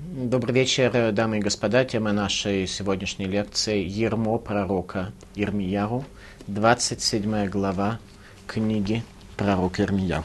Добрый вечер, дамы и господа. Тема нашей сегодняшней лекции — Ярмо пророка Ирмияру, 27 глава книги пророка Ирмияру.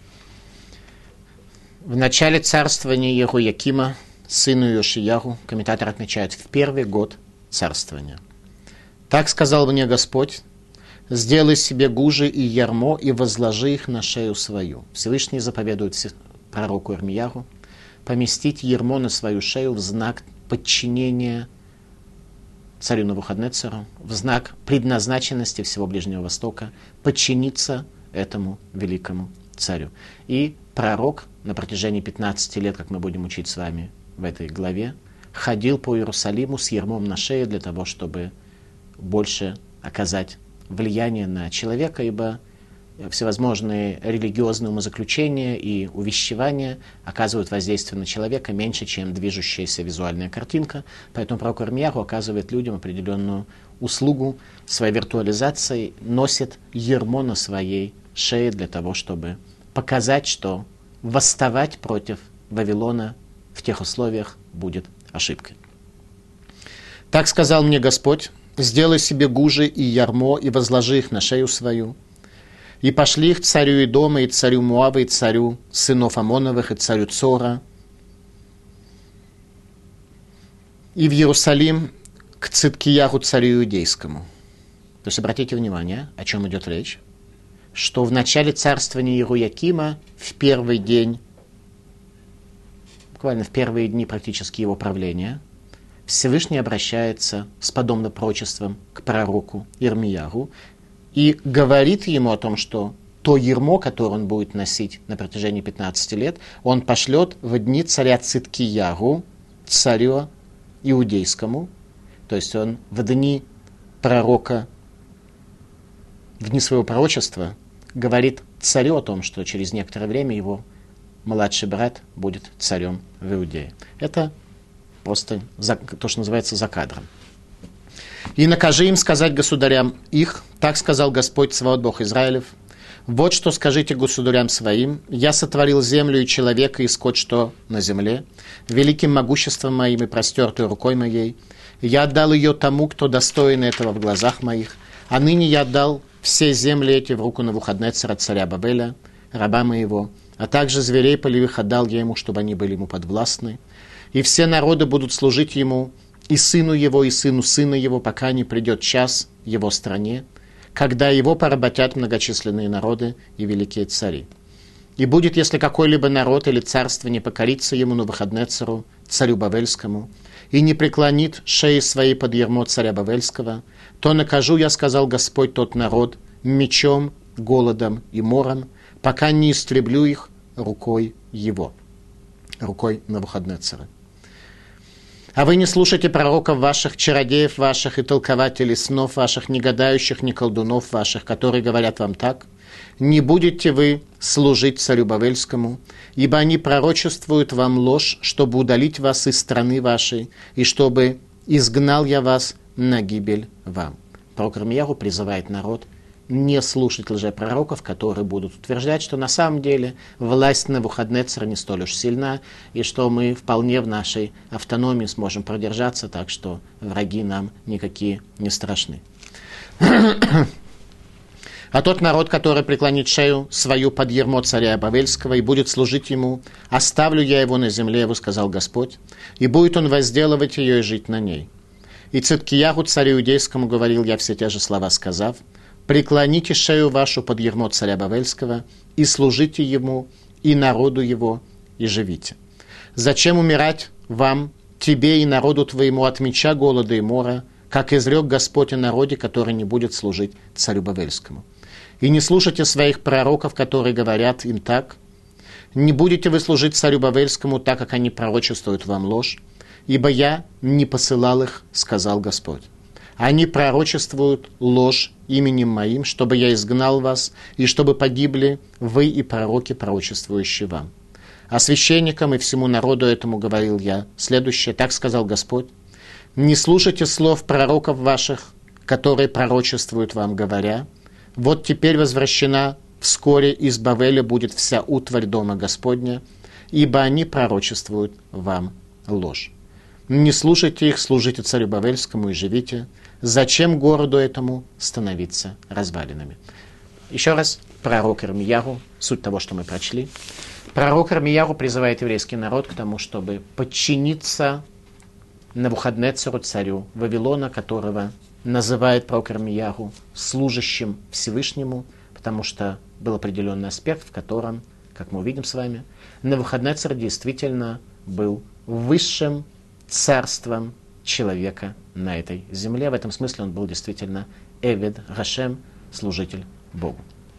В начале царствования Яхоякима, сыну Йошияру, комментатор отмечает, в первый год царствования. «Так сказал мне Господь: сделай себе гужи и ярмо и возложи их на шею свою». Всевышний заповедует пророку Ирмияру поместить ярмо на свою шею в знак подчинения царю Навуходнецару, в знак предназначенности всего Ближнего Востока, подчиниться этому великому царю. И пророк на протяжении 15 лет, как мы будем учить с вами в этой главе, ходил по Иерусалиму с ярмом на шее для того, чтобы больше оказать влияние на человека, ибо всевозможные религиозные умозаключения и увещевания оказывают воздействие на человека меньше, чем движущаяся визуальная картинка. Поэтому пророк Ирмияру оказывает людям определенную услугу своей виртуализацией, носит ярмо на своей шее для того, чтобы показать, что восставать против Вавилона в тех условиях будет ошибкой. «Так сказал мне Господь: сделай себе гужи и ярмо и возложи их на шею свою. И пошли их царю Идома, и царю Муава, и царю сынов Амоновых, и царю Цора, и в Иерусалим к Циткияру, царю Иудейскому». То есть обратите внимание, о чем идет речь, что в начале царствования Яхоякима, в первый день, буквально в первые дни практически его правления, Всевышний обращается с подобным пророчеством к пророку Ирмияру и говорит ему о том, что то ярмо, которое он будет носить на протяжении 15 лет, он пошлет в дни царя Циткияру, царю Иудейскому, то есть он в дни пророка, в дни своего пророчества говорит царю о том, что через некоторое время его младший брат будет царем в Иудее. Это просто то, что называется за кадром. «И накажи им сказать государям их, так сказал Господь Цваот Бог Израилев: вот что скажите государям своим: я сотворил землю и человека, и скот, что на земле, великим могуществом моим и простертой рукой моей. Я отдал ее тому, кто достоин этого в глазах моих, а ныне я отдал все земли эти в руку Навуходнецара, царя Бавеля, раба моего, а также зверей полевых отдал я ему, чтобы они были ему подвластны. И все народы будут служить ему, и сыну его, и сыну сына его, пока не придет час в его стране, когда его поработят многочисленные народы и великие цари. И будет, если какой-либо народ или царство не покорится ему Навуходнецару, царю Бавельскому, и не преклонит шеи своей под ярмо царя Бавельского, то накажу, я сказал Господь, тот народ мечом, голодом и мором, пока не истреблю их рукой его, рукой Навуходнецара. А вы не слушайте пророков ваших, чародеев ваших и толкователей снов ваших, ни гадающих, ни колдунов ваших, которые говорят вам так: не будете вы служить царю Бавельскому, ибо они пророчествуют вам ложь, чтобы удалить вас из страны вашей, и чтобы изгнал я вас на гибель вам». Пророк Ирмияру призывает народ не слушать лжепророков, которые будут утверждать, что на самом деле власть Навуходнецара не столь уж сильна, и что мы вполне в нашей автономии сможем продержаться, так что враги нам никакие не страшны. А тот народ, который преклонит шею свою под ярмо царя Бавельского и будет служить ему, оставлю я его на земле, его сказал Господь, и будет он возделывать ее и жить на ней. И Циткияру, царю Иудейскому, говорил я все те же слова, сказав: преклоните шею вашу под ярмо царя Бавельского и служите ему и народу его, и живите. Зачем умирать вам, тебе и народу твоему от меча, голода и мора, как изрек Господь о народе, который не будет служить царю Бавельскому? И не слушайте своих пророков, которые говорят им так: не будете вы служить царю Бавельскому, так как они пророчествуют вам ложь, ибо я не посылал их, сказал Господь. Они пророчествуют ложь именем моим, чтобы я изгнал вас, и чтобы погибли вы и пророки, пророчествующие вам. А священникам и всему народу этому говорил я следующее: так сказал Господь: не слушайте слов пророков ваших, которые пророчествуют вам, говоря: вот теперь возвращена вскоре из Бавеля будет вся утварь дома Господня, ибо они пророчествуют вам ложь. Не слушайте их, служите царю Бавельскому и живите. Зачем городу этому становиться развалинами? Еще раз, пророк Ирмияру, суть того, что мы прочли. Пророк Ирмияру призывает еврейский народ к тому, чтобы подчиниться Навуходнецеру, царю Вавилона, которого называет пророк Ирмияру служащим Всевышнему, потому что был определенный аспект, в котором, как мы увидим с вами, Навуходнецер действительно был высшим царством человека на этой земле. В этом смысле он был действительно Эвед Гашем, служитель Богу.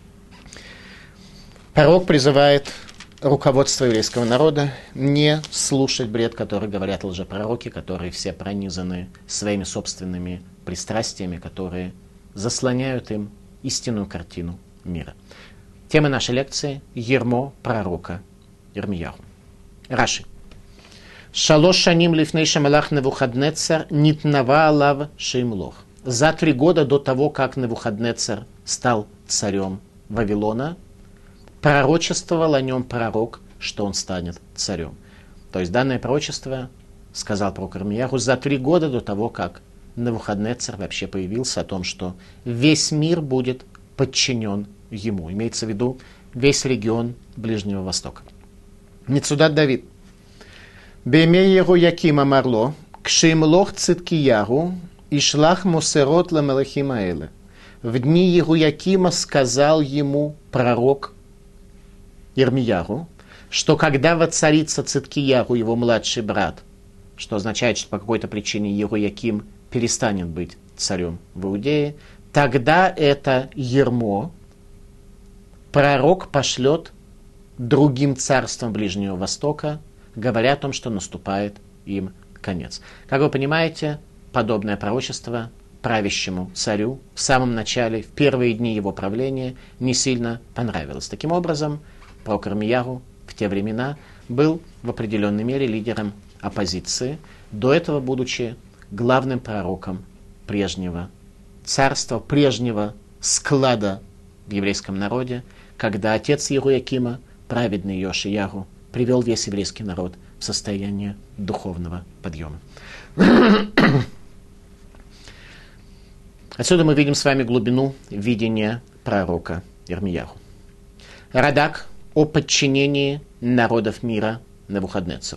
Пророк призывает руководство еврейского народа не слушать бред, который говорят лжепророки, которые все пронизаны своими собственными пристрастиями, которые заслоняют им истинную картину мира. Тема нашей лекции – Ермо пророка Ирмияру. Раши. Шалош шаним лифней шамалах Навуходнецер нитнава алав шеймлох. За 3 года до того, как Навуходнецер стал царем Вавилона, пророчествовал о нем пророк, что он станет царем. То есть данное пророчество сказал пророк Ирмияру за 3 года до того, как Навуходнецер вообще появился, о том, что весь мир будет подчинен ему. Имеется в виду весь регион Ближнего Востока. Мецудат Давид. Бемей Яким амарло, кшимлох циткияру, ишлах мусерот ламелахим аэле. В дни Еруякима сказал ему пророк Ирмияру, что когда воцарится Циткияру, его младший брат, что означает, что по какой-то причине Еруяким перестанет быть царем в Иудее, тогда это Ермо пророк пошлет другим царствам Ближнего Востока, говоря о том, что наступает им конец. Как вы понимаете, подобное пророчество правящему царю в самом начале, в первые дни его правления, не сильно понравилось. Таким образом, пророк Ирмияру в те времена был в определенной мере лидером оппозиции, до этого будучи главным пророком прежнего царства, прежнего склада в еврейском народе, когда отец Еруякима, праведный Йошияру, привел весь еврейский народ в состояние духовного подъема. Отсюда мы видим с вами глубину видения пророка Ирмияру. Радак о подчинении народов мира Навуходнецеру.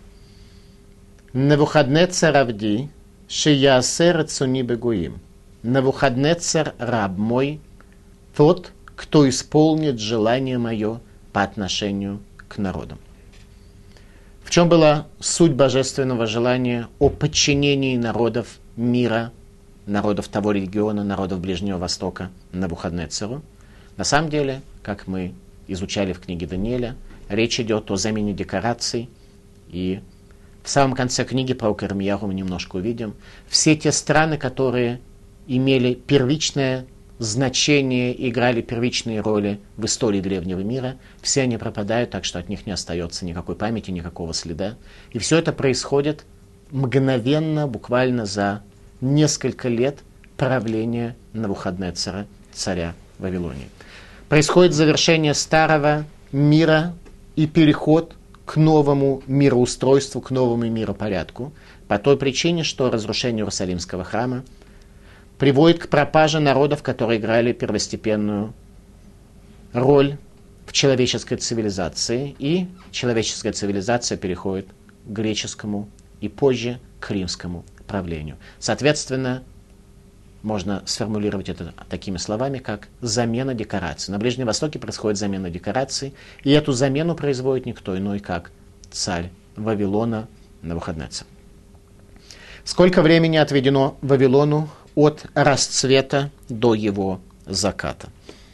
Навуходнецер Авди, шиясер цуни бегуим. Навуходнецер, раб мой, тот, кто исполнит желание мое по отношению к народам. В чем была суть божественного желания о подчинении народов мира, народов того региона, народов Ближнего Востока Навуходнецеру? На самом деле, как мы изучали в книге Даниэля, речь идет о замене декораций. И в самом конце книги пророка Ирмияру мы немножко увидим все те страны, которые имели первичное значение, играли первичные роли в истории древнего мира, все они пропадают, так что от них не остается никакой памяти, никакого следа. И все это происходит мгновенно, буквально за несколько лет правления Навуходнецера, царя Вавилонии. Происходит завершение старого мира и переход к новому мироустройству, к новому миропорядку, по той причине, что разрушение Иерусалимского храма приводит к пропаже народов, которые играли первостепенную роль в человеческой цивилизации, и человеческая цивилизация переходит к греческому и позже к римскому правлению. Соответственно, можно сформулировать это такими словами, как замена декораций. На Ближнем Востоке происходит замена декораций, и эту замену производит никто иной, как царь Вавилона Навуходнецер. Сколько времени отведено Вавилону от расцвета до его заката?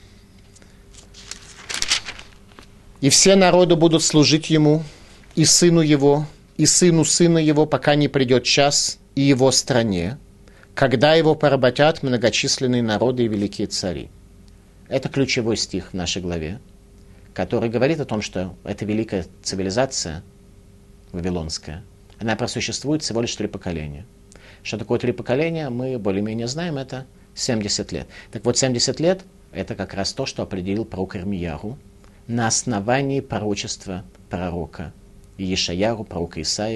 И все народы будут служить ему, и сыну его, и сыну сына его, пока не придет час, и его стране, когда его поработят многочисленные народы и великие цари. Это ключевой стих в нашей главе, который говорит о том, что эта великая цивилизация вавилонская, она просуществует всего лишь 3 поколения. Что такое 3 поколения, мы более-менее знаем, это 70 лет. Так вот, 70 лет – это как раз то, что определил пророк Ирмияру на основании пророчества пророка Иешаяру, пророка Исаии,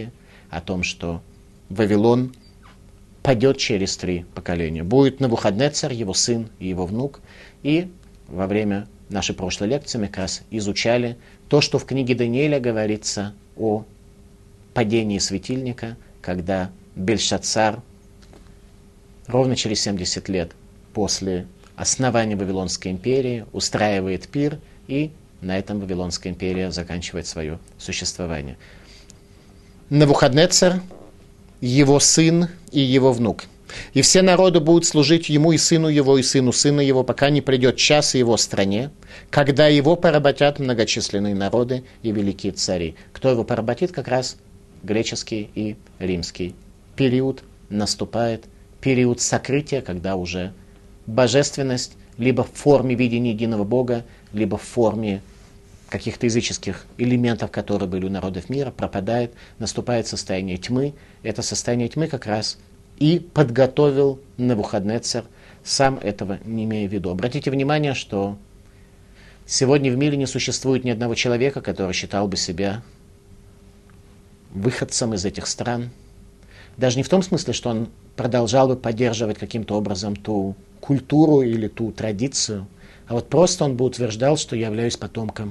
о том, что Вавилон падет через 3 поколения. Будет Навуходнецар, его сын и его внук. И во время нашей прошлой лекции мы как раз изучали то, что в книге Даниила говорится о падении светильника, когда Бельшацар ровно через 70 лет после основания Вавилонской империи устраивает пир, и на этом Вавилонская империя заканчивает свое существование. Навуходнецар, его сын и его внук. И все народы будут служить ему и сыну сына его, пока не придет час в его стране, когда его поработят многочисленные народы и великие цари. Кто его поработит? Как раз греческий и римский. Период наступает, период сокрытия, когда уже божественность либо в форме видения единого Бога, либо в форме каких-то языческих элементов, которые были у народов мира, пропадает, наступает состояние тьмы. Это состояние тьмы как раз и подготовил Навуходнецар, сам этого не имея в виду. Обратите внимание, что сегодня в мире не существует ни одного человека, который считал бы себя выходцем из этих стран. Даже не в том смысле, что он продолжал бы поддерживать каким-то образом ту культуру или ту традицию, а вот просто он бы утверждал, что я являюсь потомком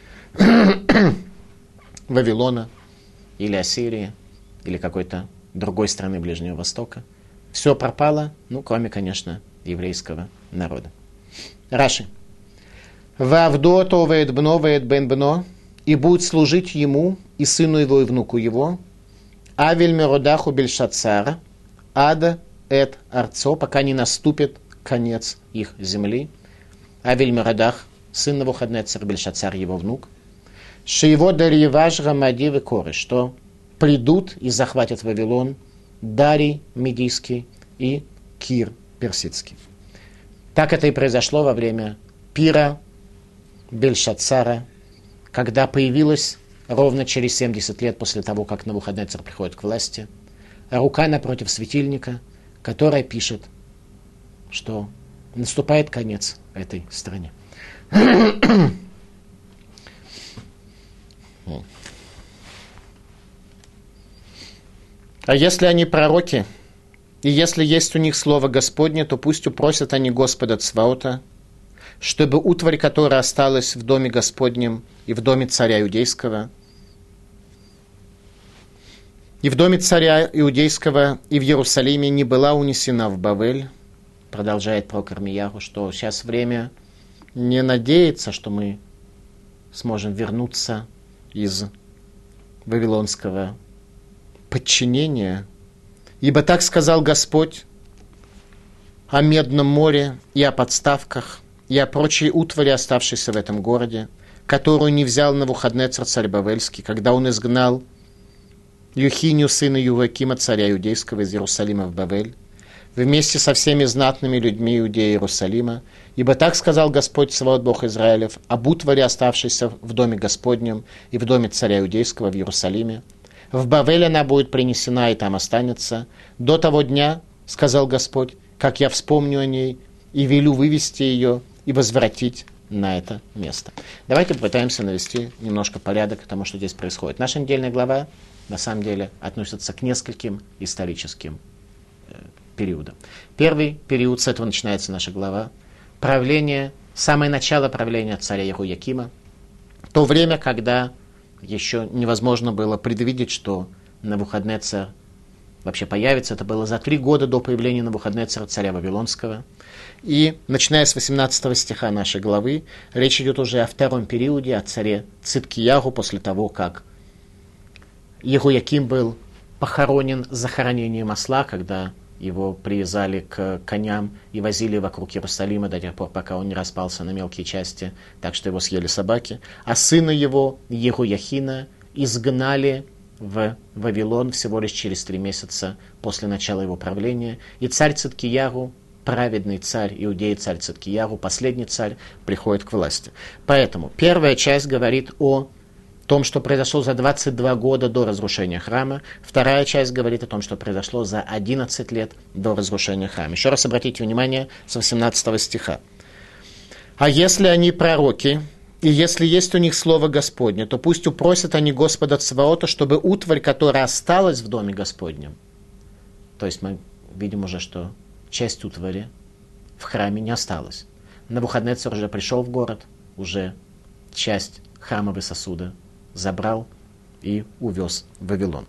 Вавилона или Ассирии или какой-то другой страны Ближнего Востока. Все пропало, кроме, конечно, еврейского народа. Раши. «Вавдо товает бно, вает бен бно, и будет служить ему, и сыну его, и внуку его, авель меродаху Бельшацара, ада эт арцо, пока не наступит конец их земли. Авель меродах, сын Навуходнецар, Бельшацар, его внук, шеево дарьеваж рамади в коры, что придут и захватят Вавилон Дарий Медийский и Кир Персидский». Так это и произошло во время пира Бельшацара, когда появилась ровно через 70 лет после того, как Навуходнецар приходит к власти, рука напротив светильника, которая пишет, что наступает конец этой стране. А если они пророки, и если есть у них слово Господне, то пусть упросят они Господа Цваота, чтобы утварь, которая осталась в доме Господнем и в доме царя Иудейского, и в доме царя Иудейского и в Иерусалиме не была унесена в Бавель, продолжает пророк Ирмияху, что сейчас время не надеяться, что мы сможем вернуться из вавилонского подчинения, ибо так сказал Господь о Медном море и о подставках, и о прочей утвари, оставшейся в этом городе, которую не взял Навуходнецар царь Бавельский, когда он изгнал Юхинию, сына Ювакима, царя Иудейского, из Иерусалима в Бавель, вместе со всеми знатными людьми Иудеи Иерусалима, ибо так сказал Господь Саваоф, Бог Израилев, об утвари, оставшейся в доме Господнем и в доме царя Иудейского в Иерусалиме. В Бавель она будет принесена и там останется до того дня, сказал Господь, как я вспомню о ней и велю вывести ее и возвратить на это место. Давайте попытаемся навести немножко порядок к тому, что здесь происходит. Наша недельная глава, на самом деле, относится к нескольким историческим периодам. Первый период, с этого начинается наша глава, правление, самое начало правления царя Яхоякима, то время, когда еще невозможно было предвидеть, что Навуходнецар вообще появится. Это было за 3 года до появления Навуходнецара, царя Вавилонского. И, начиная с 18 стиха нашей главы, речь идет уже о втором периоде, о царе Циткиягу, после того, как Яхояким был похоронен захоронением осла, когда его привязали к коням и возили вокруг Иерусалима до тех пор, пока он не распался на мелкие части, так что его съели собаки. А сына его, Яхояхина, изгнали в Вавилон всего лишь через 3 месяца после начала его правления. И царь Циткиягу, праведный царь Иудеи, царь Циткиягу, последний царь, приходит к власти. Поэтому первая часть говорит о том, что произошло за 22 года до разрушения храма. Вторая часть говорит о том, что произошло за 11 лет до разрушения храма. Еще раз обратите внимание с 18 стиха. «А если они пророки, И если есть у них слово Господне, то пусть упросят они Господа Цваота, чтобы утварь, которая осталась в доме Господнем, то есть мы видим уже, что часть утвари в храме не осталась. Навуходоносор уже пришел в город, уже часть храмовой сосуда забрал и увез в Вавилон.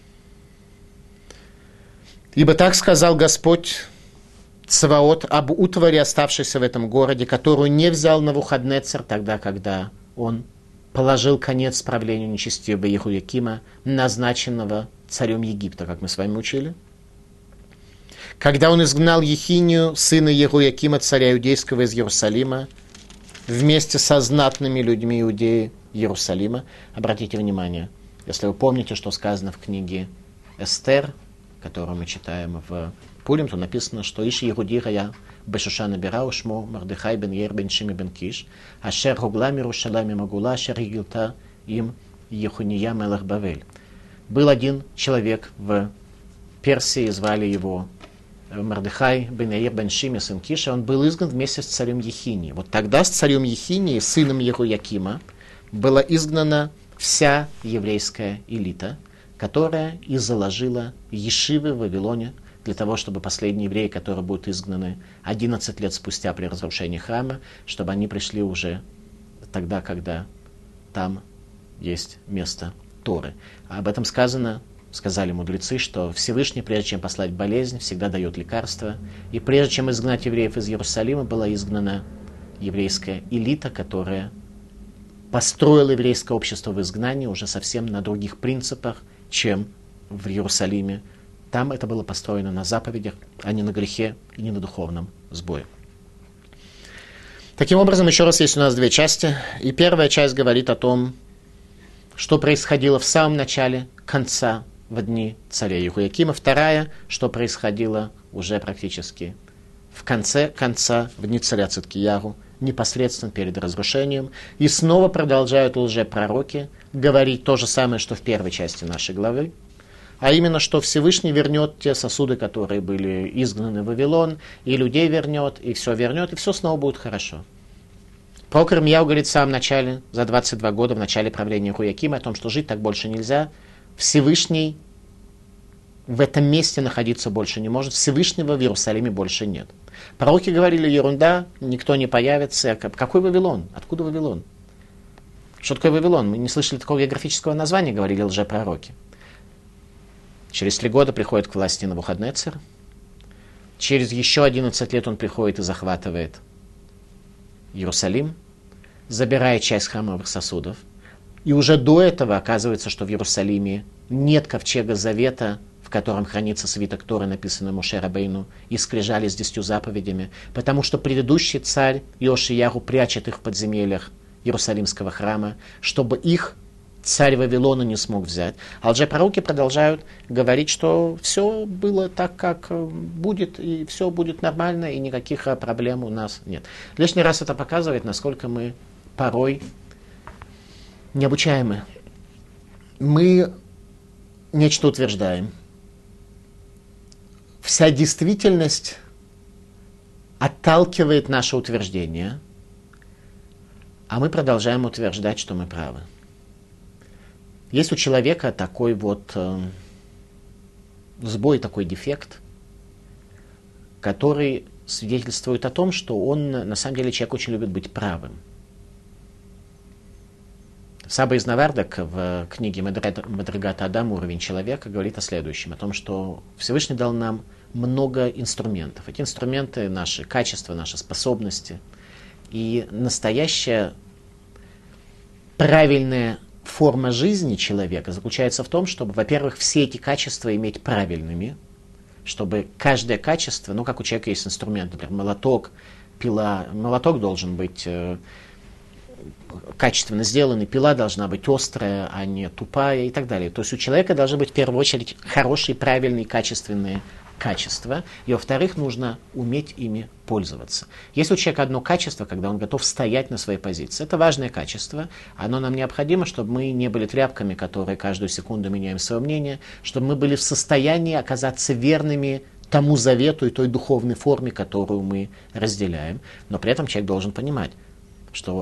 Ибо так сказал Господь Цваот об утвари, оставшейся в этом городе, которую не взял Навуходоносор тогда, когда он положил конец правлению нечестивого Ехоякима, назначенного царем Египта, как мы с вами учили. Когда он изгнал Ехинию, сына Ехоякима, царя иудейского из Иерусалима, вместе со знатными людьми Иудеи Иерусалима. Обратите внимание, если вы помните, что сказано в книге Эстер, которую мы читаем в Пулим, то написано, что «Иш Егуди Рая Бешушана Бирау Шмо Мардыхай бен Ер бен Шими бен Киш, Ашер Хугла Мирушалами Магула, Ашер Егилта им Ехуния Мелах Бавель». Был один человек в Персии, звали его Мардыхай бен Ер бен Шими сын Киша, он был изгнан вместе с царем Ехинией. Вот тогда с царем Ехинией, сыном Ехоякима, была изгнана вся еврейская элита, которая и заложила ешивы в Вавилоне, для того, чтобы последние евреи, которые будут изгнаны 11 лет спустя при разрушении храма, чтобы они пришли уже тогда, когда там есть место Торы. Об этом сказали мудрецы, что Всевышний, прежде чем послать болезнь, всегда дает лекарство. И прежде чем изгнать евреев из Иерусалима, была изгнана еврейская элита, которая построила еврейское общество в изгнании уже совсем на других принципах, чем в Иерусалиме. Там это было построено на заповедях, а не на грехе и не на духовном сбое. Таким образом, еще раз, есть у нас две части. И первая часть говорит о том, что происходило в самом начале, конца, в дни царя Ехоякима. Вторая, что происходило уже практически в конце конца, в дни царя Циткиягу, непосредственно перед разрушением. И снова продолжают лжепророки говорить то же самое, что в первой части нашей главы. А именно, что Всевышний вернет те сосуды, которые были изгнаны в Вавилон, и людей вернет, и все снова будет хорошо. Пророк Ирмияу говорит в самом начале, за 22 года, в начале правления Ехоякима, о том, что жить так больше нельзя. Всевышний в этом месте находиться больше не может. Всевышнего в Иерусалиме больше нет. Пророки говорили: ерунда, никто не появится. Какой Вавилон? Откуда Вавилон? Что такое Вавилон? Мы не слышали такого географического названия, говорили лжепророки. Через 3 года приходит к власти Навуходоносор. Через еще 11 лет он приходит и захватывает Иерусалим, забирая часть храмовых сосудов. И уже до этого оказывается, что в Иерусалиме нет ковчега Завета, в котором хранится свиток Торы, написанный Моше Рабейну, и скрижали с 10 заповедями, потому что предыдущий царь Иошияху прячет их в подземельях Иерусалимского храма, чтобы их царь Вавилона не смог взять. А лжепророки продолжают говорить, что все было так, как будет, и все будет нормально, и никаких проблем у нас нет. Лишний раз это показывает, насколько мы порой необучаемы. Мы нечто утверждаем. Вся действительность отталкивает наше утверждение, а мы продолжаем утверждать, что мы правы. Есть у человека такой вот сбой, такой дефект, который свидетельствует о том, что он, на самом деле, человек очень любит быть правым. Саба из Навардак в книге Мадригат Адам «Уровень человека» говорит о следующем, о том, что Всевышний дал нам много инструментов. Эти инструменты — наши качества, наши способности. И настоящая правильная форма жизни человека заключается в том, чтобы, во-первых, все эти качества иметь правильными, чтобы каждое качество, как у человека есть инструмент, например, молоток, пила, молоток должен быть качественно сделанный, пила должна быть острая, а не тупая и так далее. То есть у человека должны быть в первую очередь хорошие, правильные, качественные качества, и во-вторых, нужно уметь ими пользоваться. Если у человека одно качество, когда он готов стоять на своей позиции, это важное качество, оно нам необходимо, чтобы мы не были тряпками, которые каждую секунду меняем свое мнение, чтобы мы были в состоянии оказаться верными тому завету и той духовной форме, которую мы разделяем. Но при этом человек должен понимать, что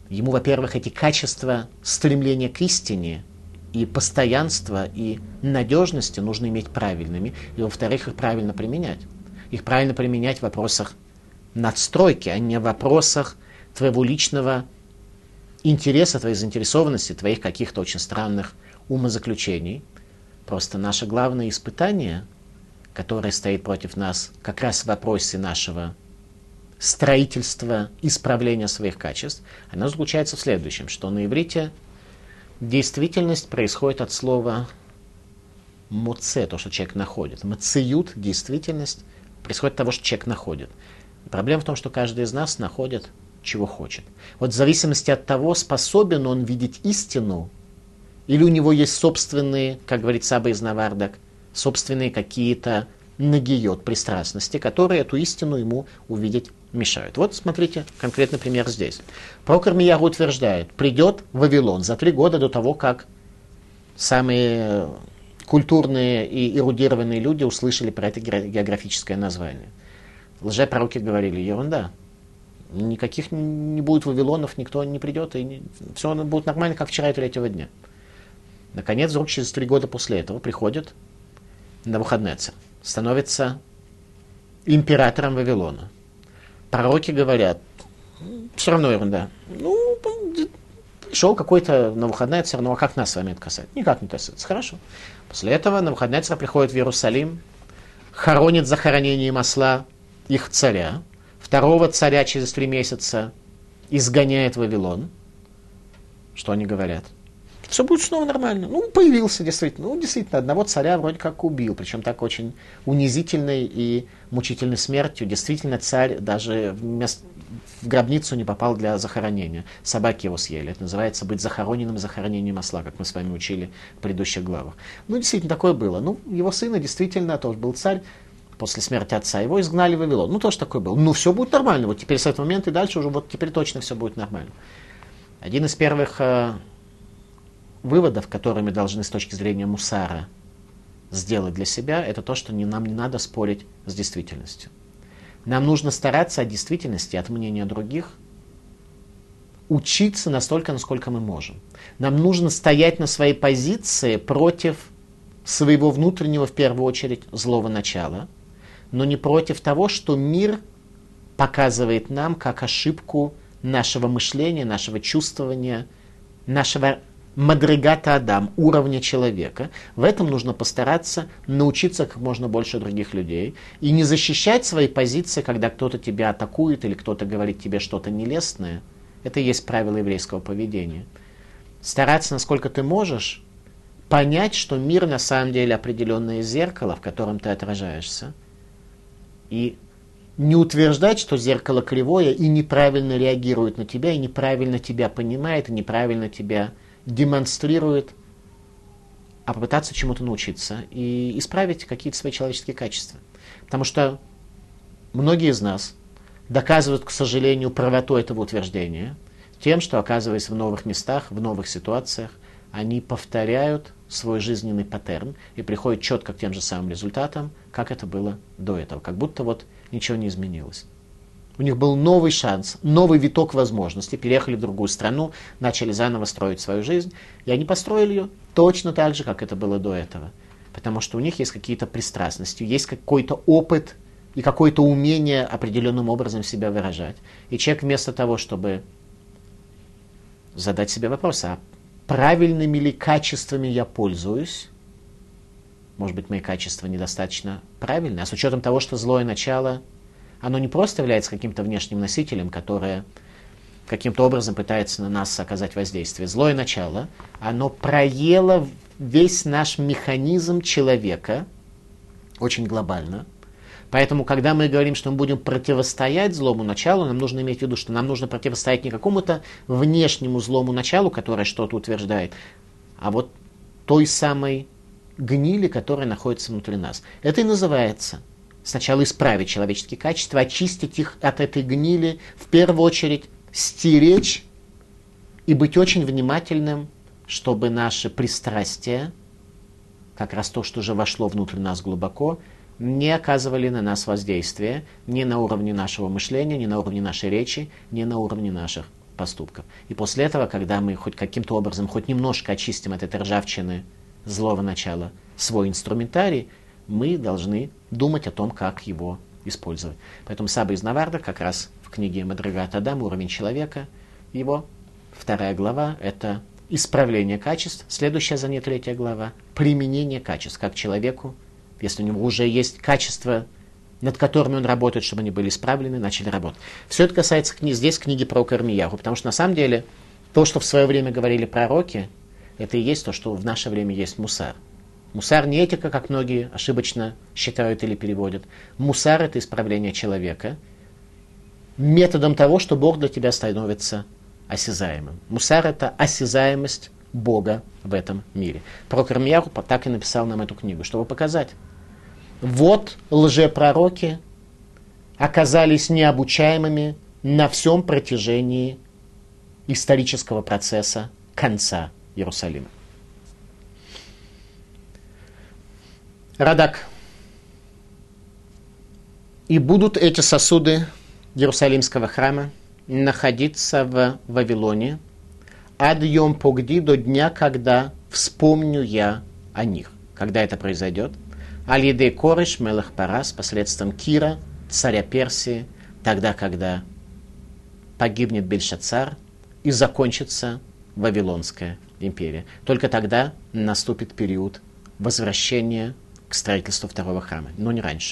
Ему, во-первых, эти качества стремления к истине и постоянства, и надежности нужно иметь правильными, и, во-вторых, их правильно применять. Их правильно применять в вопросах надстройки, а не в вопросах твоего личного интереса, твоей заинтересованности, твоих каких-то очень странных умозаключений. Просто наше главное испытание, которое стоит против нас как раз в вопросе нашего строительства, исправления своих качеств, оно заключается в следующем, что на иврите действительность происходит от слова «моце», то, что человек находит. «Мациют», действительность, происходит от того, что человек находит. И проблема в том, что каждый из нас находит, чего хочет. Вот в зависимости от того, способен он видеть истину, или у него есть собственные, как говорит Саба из Навардак, собственные какие-то нагиот, пристрастности, которые эту истину ему увидеть мешают. Вот смотрите, конкретный пример здесь. Пророк Ирмиягу утверждает, придет Вавилон за 3 года до того, как самые культурные и эрудированные люди услышали про это географическое название. Лжепророки говорили, ерунда. Никаких не будет Вавилонов, никто не придет, и все будет нормально, как вчера и 3-го дня. Наконец, вдруг через 3 года после этого приходит Навуходоносор, становится императором Вавилона. Пророки говорят, все равно ерунда. Пришел какой-то Навуходоносор, ну а как нас с вами это касается? Никак не касается. Хорошо. После этого Навуходоносор приходит в Иерусалим, хоронит захоронением осла их царя, 2-го царя через 3 месяца изгоняет в Вавилон. Что они говорят? Все будет снова нормально. Появился действительно. Действительно, одного царя вроде как убил, причем так очень унизительной и мучительной смертью. Действительно, царь даже в гробницу не попал для захоронения. Собаки его съели. Это называется быть захороненным захоронением осла, как мы с вами учили в предыдущих главах. Действительно, такое было. Его сына действительно тоже был царь. После смерти отца его изгнали в Вавилон. Тоже такое было. Все будет нормально. Вот теперь с этого момента и дальше уже теперь точно все будет нормально. Один из первых выводов, которые мы должны с точки зрения мусара сделать для себя, это то, что нам не надо спорить с действительностью. Нам нужно стараться от действительности, от мнения других, учиться настолько, насколько мы можем. Нам нужно стоять на своей позиции против своего внутреннего, в первую очередь, злого начала, но не против того, что мир показывает нам как ошибку нашего мышления, нашего чувствования, нашего мадригата Адам, уровня человека. В этом нужно постараться научиться как можно больше других людей и не защищать свои позиции, когда кто-то тебя атакует или кто-то говорит тебе что-то нелестное. Это и есть правило еврейского поведения. Стараться, насколько ты можешь, понять, что мир на самом деле определенное зеркало, в котором ты отражаешься, и не утверждать, что зеркало кривое и неправильно реагирует на тебя, и неправильно тебя понимает, и неправильно тебя демонстрирует, а попытаться чему-то научиться и исправить какие-то свои человеческие качества. Потому что многие из нас доказывают, к сожалению, правоту этого утверждения тем, что, оказываясь в новых местах, в новых ситуациях, они повторяют свой жизненный паттерн и приходят четко к тем же самым результатам, как это было до этого. Как будто ничего не изменилось. У них был новый шанс, новый виток возможностей, переехали в другую страну, начали заново строить свою жизнь, и они построили ее точно так же, как это было до этого. Потому что у них есть какие-то пристрастности, есть какой-то опыт и какое-то умение определенным образом себя выражать. И человек вместо того, чтобы задать себе вопрос, а правильными ли качествами я пользуюсь, может быть, мои качества недостаточно правильные, а с учетом того, что злое начало, оно не просто является каким-то внешним носителем, которое каким-то образом пытается на нас оказать воздействие. Злое начало, оно проело весь наш механизм человека очень глобально. Поэтому, когда мы говорим, что мы будем противостоять злому началу, нам нужно иметь в виду, что нам нужно противостоять не какому-то внешнему злому началу, которое что-то утверждает, а той самой гнили, которая находится внутри нас. Это и называется сначала исправить человеческие качества, очистить их от этой гнили, в первую очередь стеречь и быть очень внимательным, чтобы наши пристрастия, как раз то, что уже вошло внутрь нас глубоко, не оказывали на нас воздействия ни на уровне нашего мышления, ни на уровне нашей речи, ни на уровне наших поступков. И после этого, когда мы хоть каким-то образом, хоть немножко очистим от этой ржавчины злого начала свой инструментарий, мы должны думать о том, как его использовать. Поэтому Саба из Наварда как раз в книге Мадригат Адам «Уровень человека», его 2 глава – это исправление качеств, следующая за ней 3 глава – применение качеств, как человеку, если у него уже есть качества, над которыми он работает, чтобы они были исправлены, начали работать. Все это касается здесь книги про Ирмияху, потому что на самом деле то, что в свое время говорили пророки, это и есть то, что в наше время есть мусар. Мусар не этика, как многие ошибочно считают или переводят. Мусар – это исправление человека методом того, что Бог для тебя становится осязаемым. Мусар – это осязаемость Бога в этом мире. Пророк Ирмияху так и написал нам эту книгу, чтобы показать. Вот лжепророки оказались необучаемыми на всем протяжении исторического процесса конца Иерусалима. Радак. И будут эти сосуды Иерусалимского храма находиться в Вавилоне ад йом погди, до дня, когда вспомню я о них. Когда это произойдет? Аль-Едей Кореш Мелех Парас, посредством Кира, царя Персии, тогда, когда погибнет Бельшацар и закончится Вавилонская империя. Только тогда наступит период возвращения к строительству второго храма, но не раньше.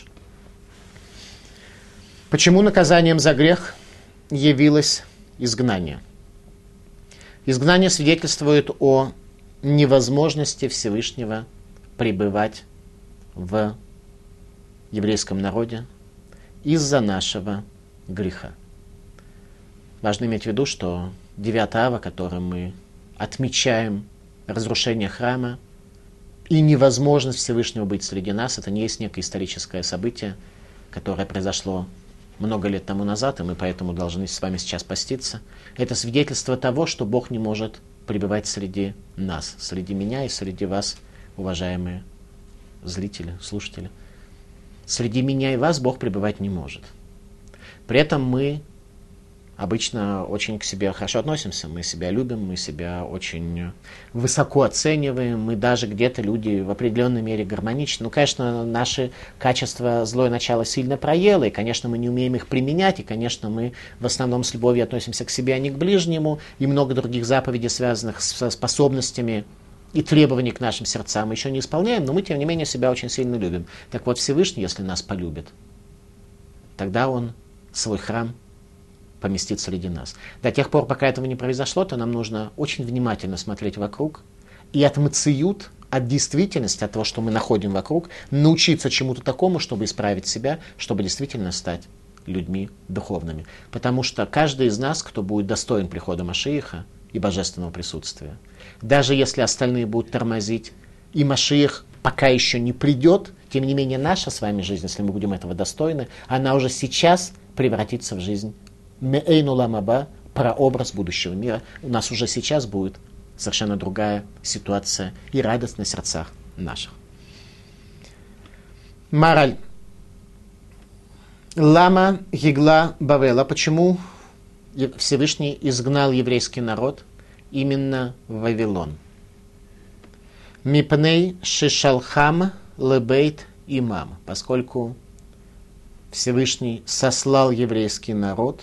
Почему наказанием за грех явилось изгнание? Изгнание свидетельствует о невозможности Всевышнего пребывать в еврейском народе из-за нашего греха. Важно иметь в виду, что 9 ава, которым мы отмечаем разрушение храма и невозможность Всевышнего быть среди нас, это не есть некое историческое событие, которое произошло много лет тому назад, и мы поэтому должны с вами сейчас поститься. Это свидетельство того, что Бог не может пребывать среди нас, среди меня и среди вас, уважаемые зрители, слушатели. Среди меня и вас Бог пребывать не может. При этом мы обычно очень к себе хорошо относимся, мы себя любим, мы себя очень высоко оцениваем, мы даже где-то люди в определенной мере гармоничны. Ну, конечно, наши качества злое начало сильно проело, и, конечно, мы не умеем их применять, и, конечно, мы в основном с любовью относимся к себе, а не к ближнему, и много других заповедей, связанных со способностями и требований к нашим сердцам мы еще не исполняем, но мы, тем не менее, себя очень сильно любим. Так вот, Всевышний, если нас полюбит, тогда Он свой храм поместит среди нас. До тех пор, пока этого не произошло, то нам нужно очень внимательно смотреть вокруг и от мациют, от действительности, от того, что мы находим вокруг, научиться чему-то такому, чтобы исправить себя, чтобы действительно стать людьми духовными. Потому что каждый из нас, кто будет достоин прихода Машииха и божественного присутствия, даже если остальные будут тормозить, и Машиих пока еще не придет, тем не менее наша с вами жизнь, если мы будем этого достойны, она уже сейчас превратится в жизнь Меэйну Ламаба, прообраз будущего мира. У нас уже сейчас будет совершенно другая ситуация и радость на сердцах наших. Мораль. Лама Гигла Бавела. Почему Всевышний изгнал еврейский народ именно в Вавилон? Мипней Шишалхам Лебейт Имам. Поскольку Всевышний сослал еврейский народ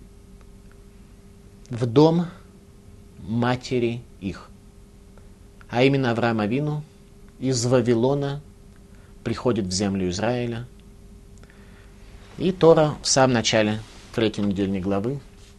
в дом матери их. А именно Авраам Авину из Вавилона приходит в землю Израиля. И Тора в самом начале 3 недельной главы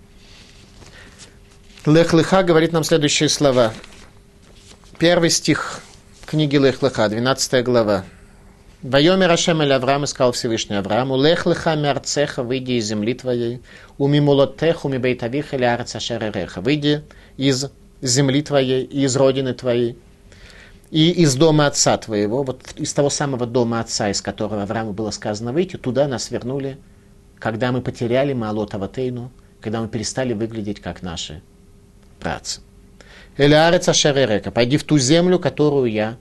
Лех Леха говорит нам следующие слова. 1 стих книги Лех Леха, 12 глава. Вайомер Ашем эль Авраам, сказал Всевышний Аврааму, Лех леха миарцеха, выйди из земли твоей, умимолотех, умибейт авих эль арец ашер эреха, выйди из земли твоей, и из родины твоей, и из дома отца твоего, вот из того самого дома отца, из которого Аврааму было сказано выйти, туда нас вернули, когда мы потеряли Маалот Аватейну, когда мы перестали выглядеть как наши праотцы. Эль арец ашер эреха, пойди в ту землю, которую я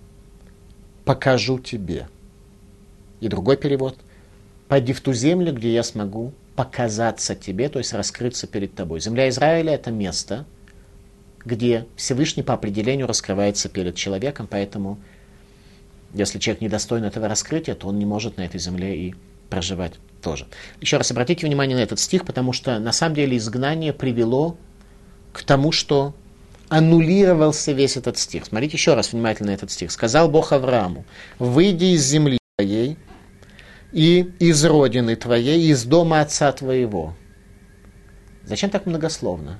покажу тебе. И другой перевод. Пойди в ту землю, где я смогу показаться тебе, то есть раскрыться перед тобой. Земля Израиля – это место, где Всевышний по определению раскрывается перед человеком, поэтому если человек недостоин этого раскрытия, то он не может на этой земле и проживать тоже. Еще раз обратите внимание на этот стих, потому что на самом деле изгнание привело к тому, что аннулировался весь этот стих. Смотрите еще раз внимательно на этот стих. «Сказал Бог Аврааму, выйди из земли твоей и из родины твоей, и из дома отца твоего». Зачем так многословно?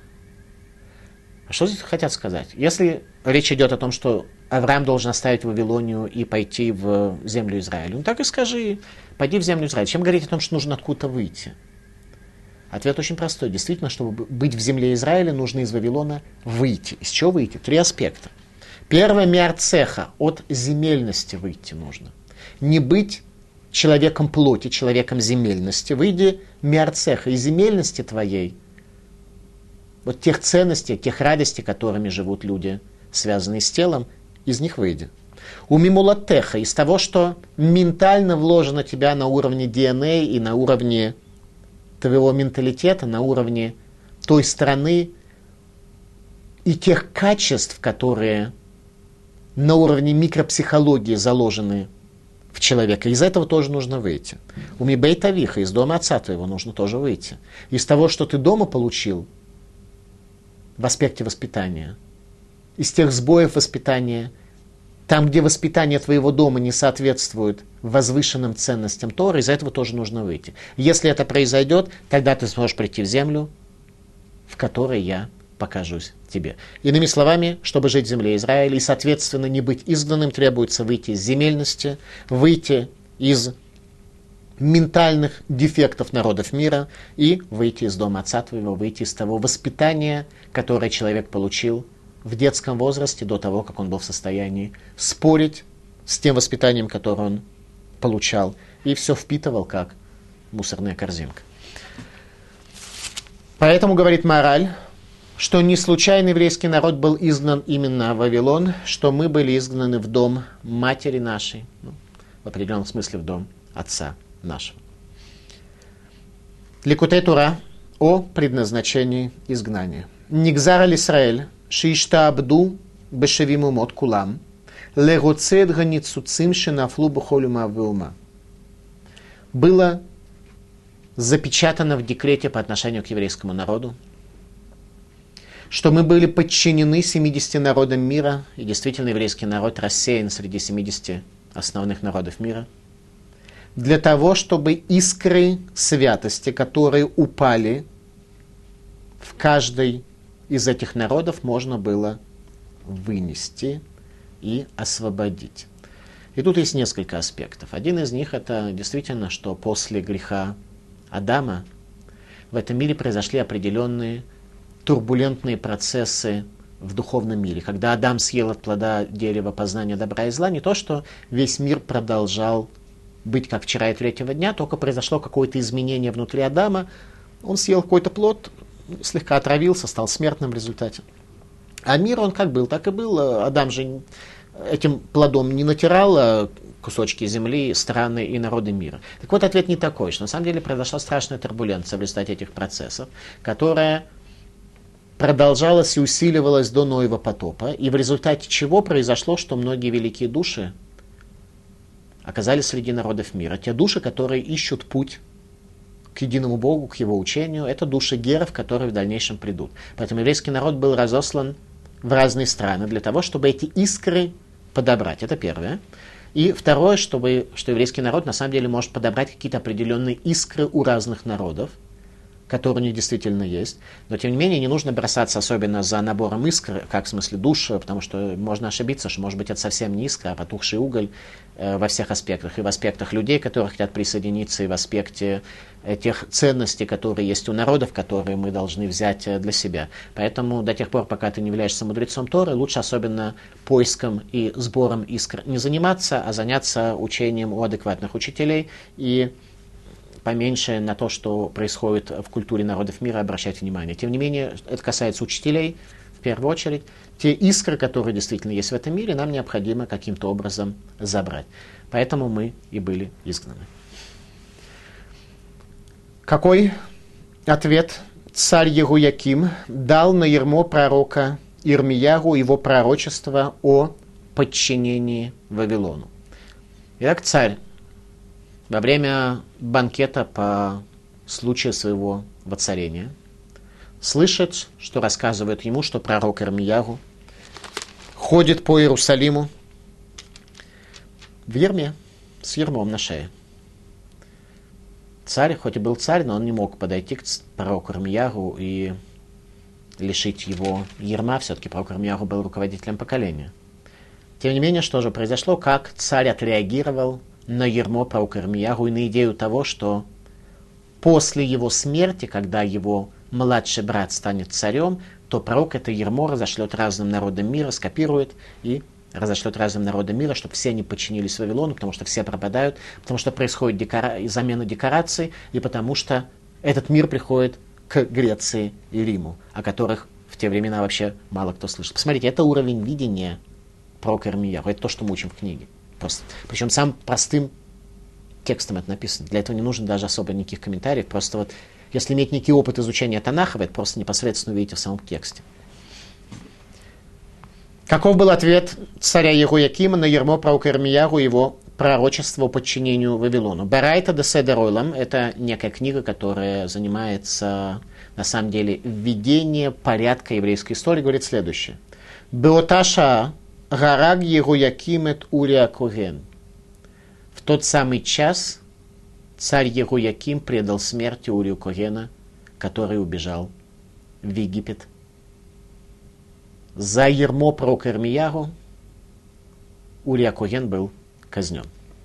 А что здесь хотят сказать? Если речь идет о том, что Авраам должен оставить Вавилонию и пойти в землю Израиля, ну так и скажи, пойди в землю Израиля. Чем говорить о том, что нужно откуда-то выйти? Ответ очень простой. Действительно, чтобы быть в земле Израиля, нужно из Вавилона выйти. Из чего выйти? 3 аспекта. Первое, миарцеха, от земельности выйти нужно. Не быть человеком плоти, человеком земельности. Выйди миарцеха, из земельности твоей, вот тех ценностей, тех радостей, которыми живут люди, связанные с телом, из них выйди. У мимулатеха, из того, что ментально вложено в тебя на уровне ДНК и на уровне твоего менталитета, на уровне той страны и тех качеств, которые на уровне микропсихологии заложены в человека. Из этого тоже нужно выйти. У мибейта виха, из дома отца твоего нужно тоже выйти. Из того, что ты дома получил в аспекте воспитания, из тех сбоев воспитания, там, где воспитание твоего дома не соответствует возвышенным ценностям Торы, из этого тоже нужно выйти. Если это произойдет, тогда ты сможешь прийти в землю, в которой я покажусь тебе. Иными словами, чтобы жить в земле Израиля и, соответственно, не быть изгнанным, требуется выйти из земельности, выйти из ментальных дефектов народов мира и выйти из дома отца твоего, выйти из того воспитания, которое человек получил в детском возрасте, до того, как он был в состоянии спорить с тем воспитанием, которое он получал, и все впитывал, как мусорная корзинка. Поэтому, говорит мораль, что не случайно еврейский народ был изгнан именно в Вавилон, что мы были изгнаны в дом матери нашей, в определенном смысле в дом отца нашего. Ликутей Тура о предназначении изгнания. Нигзар Исраэль шишта абду бешевиму мот кулам лероцед ганицуцим шинафлу бухолюма веума. Было запечатано в декрете по отношению к еврейскому народу, что мы были подчинены 70 народам мира, и действительно еврейский народ рассеян среди 70 основных народов мира, для того, чтобы искры святости, которые упали в каждый из этих народов, можно было вынести и освободить. И тут есть несколько аспектов. Один из них это действительно, что после греха Адама в этом мире произошли определенные турбулентные процессы в духовном мире. Когда Адам съел от плода дерева познания добра и зла, не то, что весь мир продолжал быть как вчера и третьего дня, только произошло какое-то изменение внутри Адама, он съел какой-то плод, слегка отравился, стал смертным в результате. А мир он как был, так и был. Адам же этим плодом не натирал кусочки земли, страны и народы мира. Так вот, ответ не такой, что на самом деле произошла страшная турбуленция в результате этих процессов, которая продолжалась и усиливалась до Ноева потопа, и в результате чего произошло, что многие великие души оказались среди народов мира. Те души, которые ищут путь к единому Богу, к Его учению, это души геров, которые в дальнейшем придут. Поэтому еврейский народ был разослан в разные страны для того, чтобы эти искры подобрать. Это первое. И второе, что еврейский народ на самом деле может подобрать какие-то определенные искры у разных народов, которые у них действительно есть. Но, тем не менее, не нужно бросаться особенно за набором искр, как в смысле душ, потому что можно ошибиться, что, может быть, это совсем не искра, а потухший уголь во всех аспектах. И в аспектах людей, которые хотят присоединиться, и в аспекте тех ценностей, которые есть у народов, которые мы должны взять для себя. Поэтому до тех пор, пока ты не являешься мудрецом Торы, лучше особенно поиском и сбором искр не заниматься, а заняться учением у адекватных учителей и поменьше на то, что происходит в культуре народов мира, обращать внимание. Тем не менее, это касается учителей, в первую очередь. Те искры, которые действительно есть в этом мире, нам необходимо каким-то образом забрать. Поэтому мы и были изгнаны. Какой ответ царь Егояким дал на ярмо пророка Ирмиягу его пророчество о подчинении Вавилону? Итак, царь во время банкета по случаю своего воцарения слышит, что рассказывают ему, что пророк Ирмиягу ходит по Иерусалиму в ярме, с ярмом на шее. Царь, хоть и был царь, но он не мог подойти к пророку Ирмиягу и лишить его ярма. Все-таки пророк Ирмиягу был руководителем поколения. Тем не менее, что же произошло? Как царь отреагировал на ярмо пророка Ирмиягу и на идею того, что после его смерти, когда его младший брат станет царем, то пророк это ярмо разошлет разным народам мира, скопирует и разошлет разным народам мира, чтобы все они подчинились Вавилону, потому что все пропадают, потому что происходит замена декораций, и потому что этот мир приходит к Греции и Риму, о которых в те времена вообще мало кто слышал. Посмотрите, это уровень видения пророка Ирмиягу, это то, что мы учим в книге. Просто. Причем самым простым текстом это написано. Для этого не нужно даже особо никаких комментариев, просто вот если иметь некий опыт изучения Танаха, вы это просто непосредственно увидите в самом тексте. Каков был ответ царя Егоякима на ярмо пророка Ирмиягу и его пророчество о подчинению Вавилону? Барайта де Седер Ойлам – это некая книга, которая занимается, на самом деле, введением порядка еврейской истории, говорит следующее. Беоташа гараг Егояким эт Урия Коген. В тот самый час царь Егояким предал смерти Урию Когена, который убежал в Египет. За ярмо пророка Ирмиягу Урия Коген был казнен.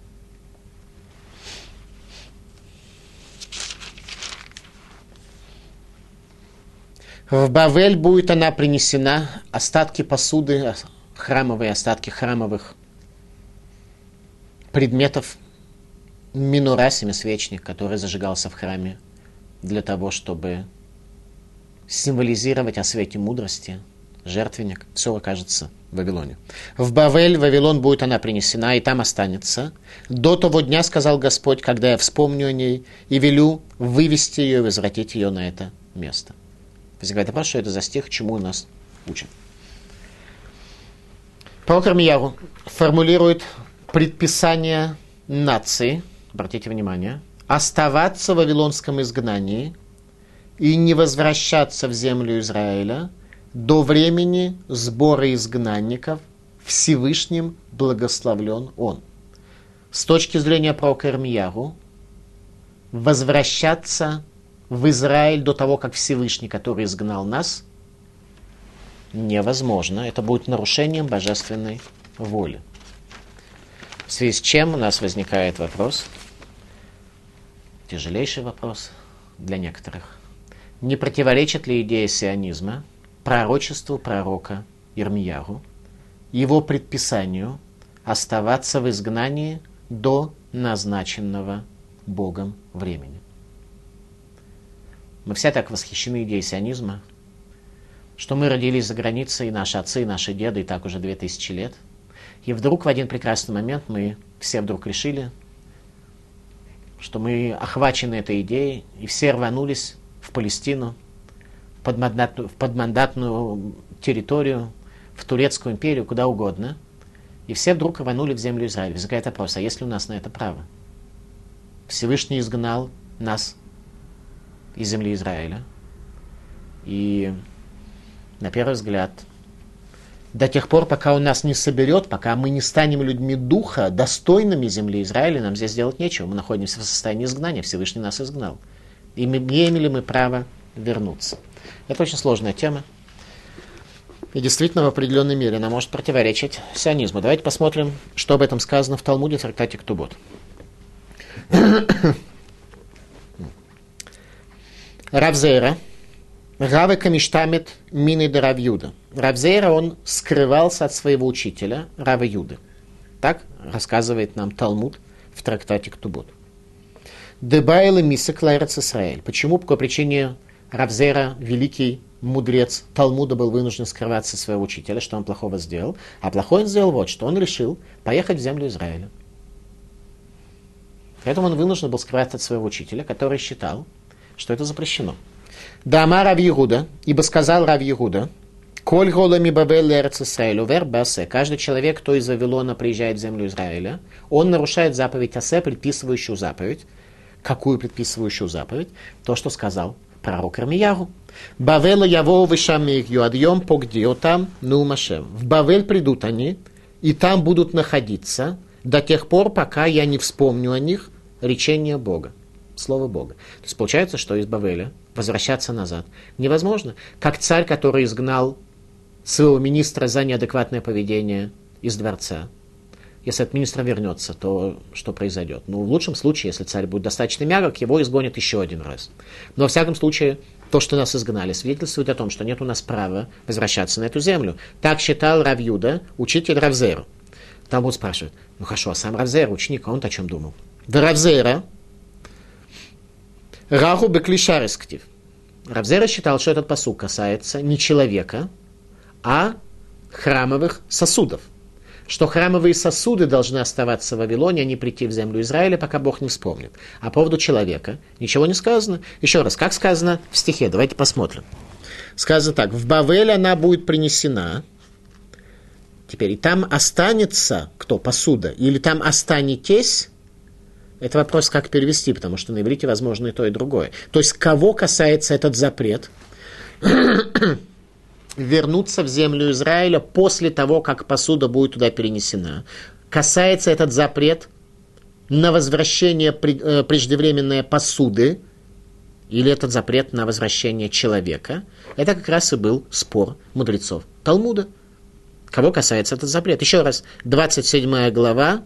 В Бавель будет она принесена, остатки посуды, храмовые остатки храмовых предметов, минура, семисвечник, который зажигался в храме для того, чтобы символизировать о свете мудрости, жертвенник, все окажется в Вавилоне. В Бавель, Вавилон, будет она принесена, и там останется. До того дня, сказал Господь, когда я вспомню о ней и велю вывести ее и возвратить ее на это место. Возникает вопрос, что это за стих, чему нас учат. Пророк Ирмиягу формулирует предписание нации, обратите внимание, оставаться в вавилонском изгнании и не возвращаться в землю Израиля до времени сбора изгнанников, Всевышним благословлен он. С точки зрения пророка Ирмиягу, возвращаться в Израиль до того, как Всевышний, который изгнал нас, невозможно. Это будет нарушением божественной воли. В связи с чем у нас возникает вопрос, тяжелейший вопрос для некоторых. Не противоречит ли идея сионизма пророчеству пророка Ирмиягу, его предписанию оставаться в изгнании до назначенного Богом времени? Мы все так восхищены идеей сионизма, что мы родились за границей, и наши отцы, и наши деды, и так уже 2000 лет. И вдруг в один прекрасный момент мы все вдруг решили, что мы охвачены этой идеей, и все рванулись в Палестину, в подмандатную территорию, в Турецкую империю, куда угодно. И все вдруг рванули в землю Израиля. Возникает вопрос, а есть ли у нас на это право? Всевышний изгнал нас из земли Израиля. И на первый взгляд, до тех пор, пока он нас не соберет, пока мы не станем людьми духа, достойными земли Израиля, нам здесь делать нечего. Мы находимся в состоянии изгнания, Всевышний нас изгнал. И имеем ли мы право вернуться? Это очень сложная тема. И действительно, в определенной мере она может противоречить сионизму. Давайте посмотрим, что об этом сказано в Талмуде, в трактате Ктубот. Рав Зейра, Раве Камиштамет Мины де Рав Юда. Рав Зейра, он скрывался от своего учителя, Рава Юды. Так рассказывает нам Талмуд в трактате Ктубот. Дебайлы Мисек Лайрец Исраэль. Почему? По какой причине Рав Зейра, великий мудрец Талмуда, был вынужден скрываться от своего учителя, что он плохого сделал? А плохое он сделал вот, что он решил поехать в землю Израиля. Поэтому он вынужден был скрываться от своего учителя, который считал, что это запрещено. Дама Рав Иуда, ибо сказал Рав Иуда, «Коль голами бавел лерц Исраэлю вер басе». Каждый человек, кто из Вавилона приезжает в землю Израиля, он нарушает заповедь Асе, предписывающую заповедь. Какую предписывающую заповедь? То, что сказал пророк Ирмияру. «Бавела яво вышамих юадьем погдиотам нумашем». В Бавель придут они, и там будут находиться до тех пор, пока я не вспомню о них речение Бога, слово Бога. То есть получается, что из Бавеля возвращаться назад невозможно. Как царь, который изгнал своего министра за неадекватное поведение из дворца. Если этот министр вернется, то что произойдет? Ну, в лучшем случае, если царь будет достаточно мягок, его изгонят еще один раз. Но, во всяком случае, то, что нас изгнали, свидетельствует о том, что нет у нас права возвращаться на эту землю. Так считал Рав Юда, учитель Рав Зера. Там будут спрашивать, ну хорошо, а сам Рав Зера, ученик, а он-то о чем думал? Да Рав Зера, Раху беклишарис ктив. Рав Зера считал, что этот пасук касается не человека, а храмовых сосудов. Что храмовые сосуды должны оставаться в Вавилоне, а не прийти в землю Израиля, пока Бог не вспомнит. А по поводу человека ничего не сказано. Еще раз, как сказано в стихе, давайте посмотрим. Сказано так, в Бавель она будет принесена, теперь и там останется, кто, посуда, или там останетесь, это вопрос, как перевести, потому что на иврите возможно и то, и другое. То есть, кого касается этот запрет? Вернуться в землю Израиля после того, как посуда будет туда перенесена. Касается этот запрет на возвращение преждевременной посуды, или этот запрет на возвращение человека. Это как раз и был спор мудрецов Талмуда. Кого касается этот запрет? Еще раз, 27 глава,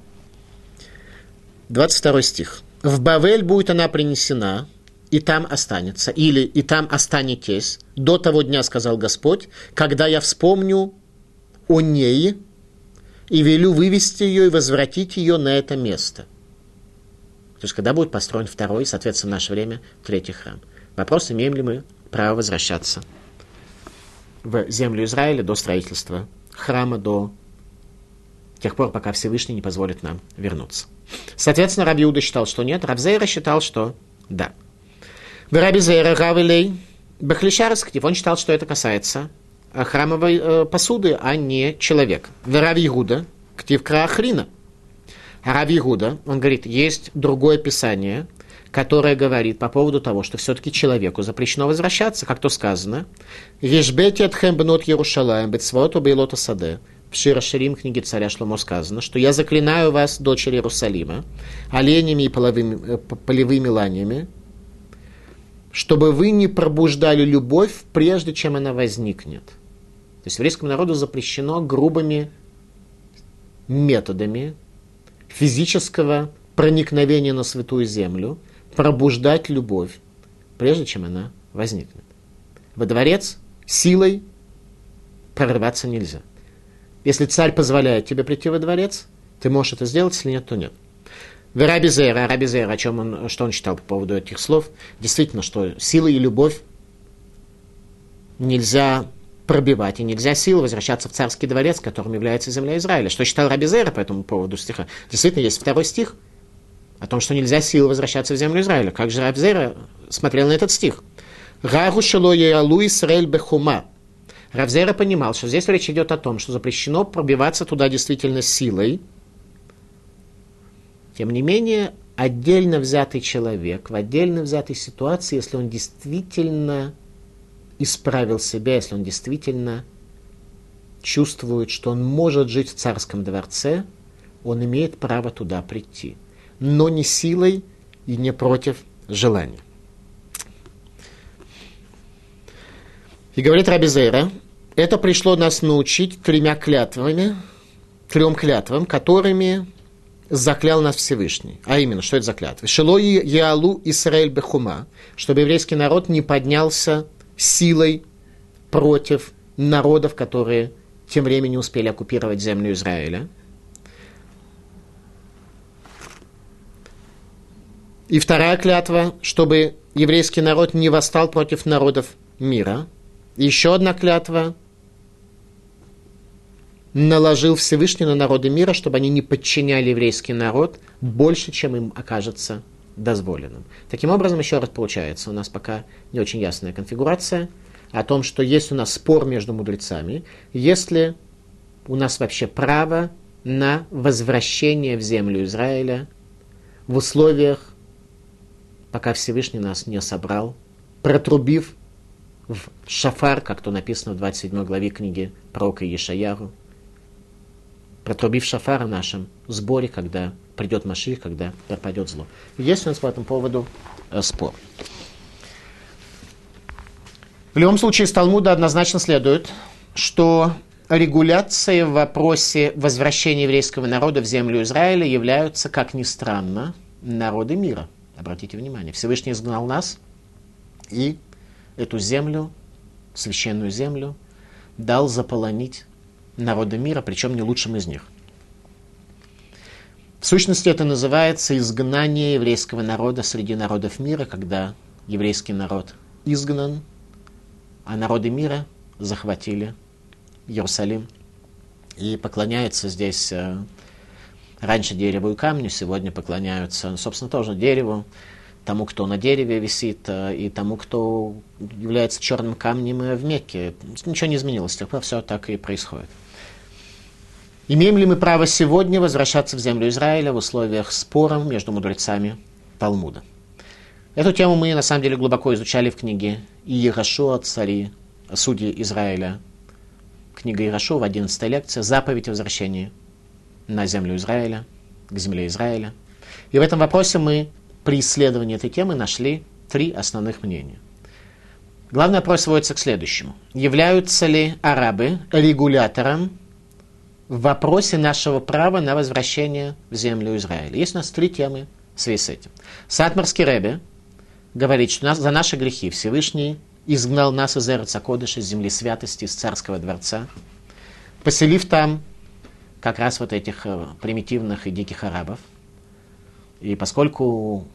22 стих. «В Бавель будет она принесена, и там останется, или и там останетесь, до того дня, сказал Господь, когда я вспомню о ней и велю вывести ее и возвратить ее на это место». То есть, когда будет построен второй, соответственно, в наше время третий храм. Вопрос, имеем ли мы право возвращаться в землю Израиля до строительства храма, до тех пор, пока Всевышний не позволит нам вернуться. Соответственно, Рав Иуда считал, что нет, Рав Зейра считал, что да. Раби Зейра Равелей Бахлишарс, он считал, что это касается храмовой посуды, а не человека. Рав Иуда, ктив краахрина. Рав Иуда, он говорит, есть другое писание, которое говорит по поводу того, что все-таки человеку запрещено возвращаться, как то сказано. Ешбети атхэм бнот Ярушалаем бетсвоту бейлота саде. В Шир ха-Ширим книге царя Шломо сказано, что я заклинаю вас, дочери Иерусалима, оленями и полевыми ланями, чтобы вы не пробуждали любовь, прежде чем она возникнет. То есть еврейскому народу запрещено грубыми методами физического проникновения на святую землю пробуждать любовь, прежде чем она возникнет. Во дворец силой прорываться нельзя. Если царь позволяет тебе прийти во дворец, ты можешь это сделать, если нет, то нет. Раби Зейра, о чем что он считал по поводу этих слов? Действительно, что сила и любовь нельзя пробивать, и нельзя силой возвращаться в царский дворец, которым является земля Израиля. Что считал Раби Зейра по этому поводу стиха? Действительно, есть второй стих о том, что нельзя силой возвращаться в землю Израиля. Как же Раби Зейра смотрел на этот стих? «Рагу шело еалу Исраэль бехума». Рав Зейра понимал, что здесь речь идет о том, что запрещено пробиваться туда действительно силой. Тем не менее, отдельно взятый человек, в отдельно взятой ситуации, если он действительно исправил себя, если он действительно чувствует, что он может жить в царском дворце, он имеет право туда прийти. Но не силой и не против желания. И говорит Раби Зейра, это пришло нас научить трем клятвам, которыми заклял нас Всевышний. А именно, что это за клятвы? «Шело яалу Исраэль бехума», чтобы еврейский народ не поднялся силой против народов, которые тем временем успели оккупировать землю Израиля. И вторая клятва, чтобы еврейский народ не восстал против народов мира. И еще одна клятва, наложил Всевышний на народы мира, чтобы они не подчиняли еврейский народ больше, чем им окажется дозволенным. Таким образом, еще раз получается, у нас пока не очень ясная конфигурация о том, что есть у нас спор между мудрецами, есть ли у нас вообще право на возвращение в землю Израиля в условиях, пока Всевышний нас не собрал, протрубив в шафар, как то написано в 27 главе книги пророка Ешаяху, протрубив шафар в нашем сборе, когда придет Машиах, когда пропадет зло. Есть у нас по этому поводу спор. В любом случае, из Талмуда однозначно следует, что регуляции в вопросе возвращения еврейского народа в землю Израиля являются, как ни странно, народы мира. Обратите внимание, Всевышний изгнал нас и эту землю, священную землю, дал заполонить народы мира, причем не лучшим из них. В сущности, это называется изгнание еврейского народа среди народов мира, когда еврейский народ изгнан, а народы мира захватили Иерусалим и поклоняются здесь раньше дереву и камню, сегодня поклоняются, собственно, тоже дереву, тому, кто на дереве висит, и тому, кто является черным камнем в Мекке. Ничего не изменилось, с тех пор все так и происходит. Имеем ли мы право сегодня возвращаться в землю Израиля в условиях спора между мудрецами Талмуда? Эту тему мы, на самом деле, глубоко изучали в книге Иерошуа, цари, судьи Израиля. Книга Иерошуа, 11 лекция, заповедь о возвращении на землю Израиля, к земле Израиля. И в этом вопросе мы при исследовании этой темы нашли 3 основных мнения. Главный вопрос сводится к следующему. Являются ли арабы регулятором в вопросе нашего права на возвращение в землю Израиля? Есть у нас 3 темы в связи с этим. Сатмарский Ребе говорит, что за наши грехи Всевышний изгнал нас из Эрец а-Кодеш, из земли святости, из царского дворца, поселив там как раз вот этих примитивных и диких арабов. И поскольку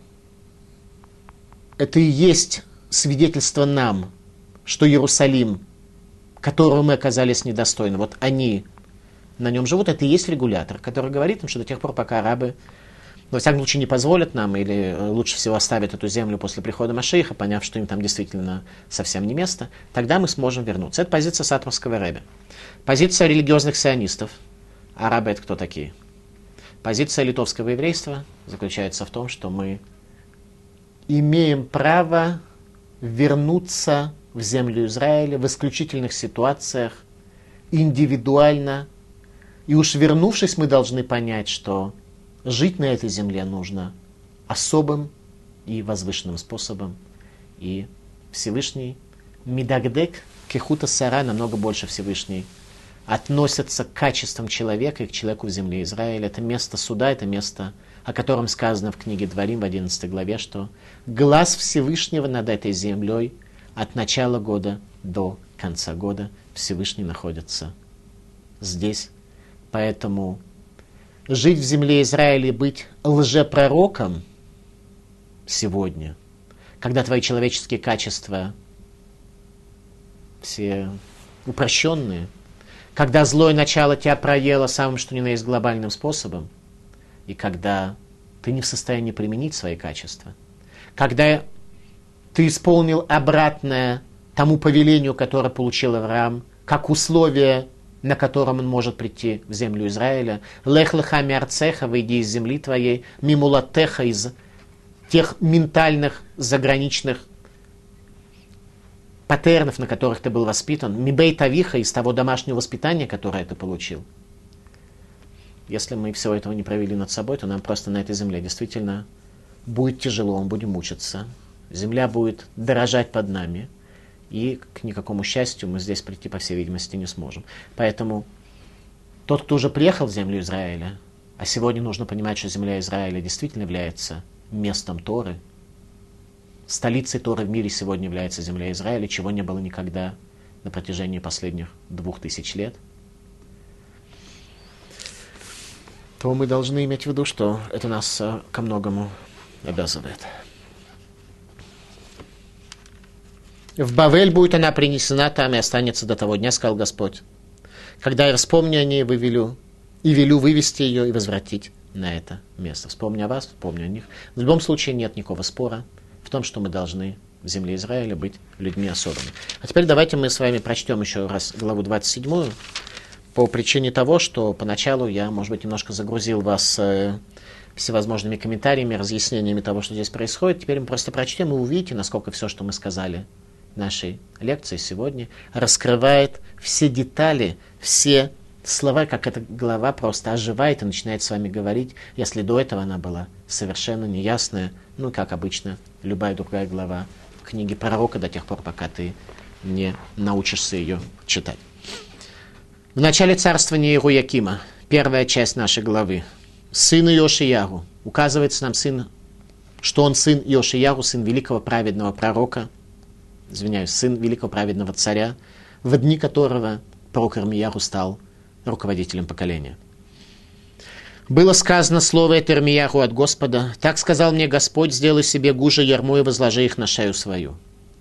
это и есть свидетельство нам, что Иерусалим, которого мы оказались недостойны, вот они на нем живут, это и есть регулятор, который говорит им, что до тех пор, пока арабы, во всяком случае, не позволят нам, или лучше всего оставят эту землю после прихода Машиаха, поняв, что им там действительно совсем не место, тогда мы сможем вернуться. Это позиция Сатмарского Ребе. Позиция религиозных сионистов. Арабы — это кто такие? Позиция литовского еврейства заключается в том, что мы имеем право вернуться в землю Израиля в исключительных ситуациях, индивидуально. И уж вернувшись, мы должны понять, что жить на этой земле нужно особым и возвышенным способом. И Всевышний Мидагдек Кехута Сара, намного больше Всевышний, относится к качествам человека и к человеку в земле Израиля. Это место суда, это место, о котором сказано в книге Дворим в 11 главе, что глаз Всевышнего над этой землей от начала года до конца года Всевышний находится здесь. Поэтому жить в земле Израиля и быть лжепророком сегодня, когда твои человеческие качества все упрощенные, когда злое начало тебя проело самым что ни на есть глобальным способом, и когда ты не в состоянии применить свои качества, когда ты исполнил обратное тому повелению, которое получил Авраам, как условие, на котором он может прийти в землю Израиля, «Лех леха миарцеха, выйди из земли твоей, мимулатеха, из тех ментальных, заграничных паттернов, на которых ты был воспитан, мибей тавиха, из того домашнего воспитания, которое ты получил». Если мы всего этого не провели над собой, то нам просто на этой земле действительно будет тяжело, мы будем мучиться. Земля будет дорожать под нами, и к никакому счастью мы здесь прийти, по всей видимости, не сможем. Поэтому тот, кто уже приехал в землю Израиля, а сегодня нужно понимать, что земля Израиля действительно является местом Торы, столицей Торы в мире сегодня является земля Израиля, чего не было никогда на протяжении последних 2000 лет, то мы должны иметь в виду, что это нас ко многому обязывает. В Бавель будет она принесена, там и останется до того дня, сказал Господь, когда я вспомню о ней, велю вывести ее и возвратить на это место. Вспомни о вас, вспомни о них. В любом случае нет никакого спора в том, что мы должны в земле Израиля быть людьми особыми. А теперь давайте мы с вами прочтем еще раз главу 27, по причине того, что поначалу я, может быть, немножко загрузил вас всевозможными комментариями, разъяснениями того, что здесь происходит. Теперь мы просто прочтем, и увидите, насколько все, что мы сказали в нашей лекции сегодня, раскрывает все детали, все слова, как эта глава просто оживает и начинает с вами говорить, если до этого она была совершенно неясная, ну, как обычно, любая другая глава в книге пророка до тех пор, пока ты не научишься ее читать. В начале царствования Иеруякима, первая часть нашей главы, сын Йошиягу, указывается нам что он сын Йошиягу, сын великого праведного пророка, сын великого праведного царя, в дни которого пророк Ирмияху стал руководителем поколения. Было сказано слово это Ирмияху от Господа: «Так сказал мне Господь, сделай себе гуже ярмо и возложи их на шею свою».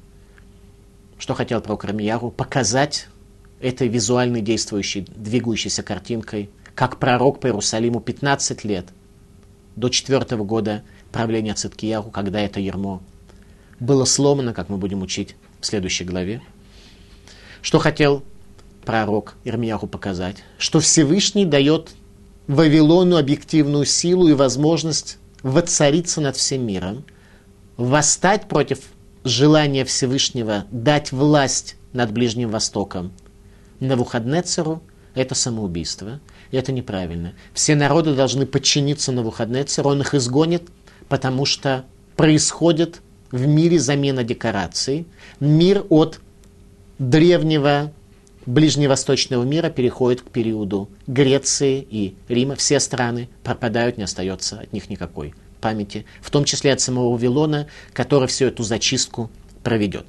Что хотел пророк Ирмияху? Показать этой визуальной действующей, двигающейся картинкой, как пророк по Иерусалиму 15 лет, до 4-го года правления Циткияху, когда это ярмо было сломано, как мы будем учить в следующей главе. Что хотел пророк Ирмияху показать? Что Всевышний дает Вавилону объективную силу и возможность воцариться над всем миром, восстать против желания Всевышнего дать власть над Ближним Востоком Навуходнецеру. Это самоубийство, и это неправильно. Все народы должны подчиниться Навуходнецеру, он их изгонит, потому что происходит в мире замена декораций. Мир от древнего ближневосточного мира переходит к периоду Греции и Рима. Все страны пропадают, не остается от них никакой памяти, в том числе от самого Вавилона, который всю эту зачистку проведет.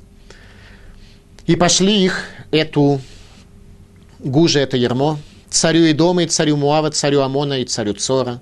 И пошли их эту гуже, это ярмо, царю Идома и царю Муава, царю Амона и царю Цора,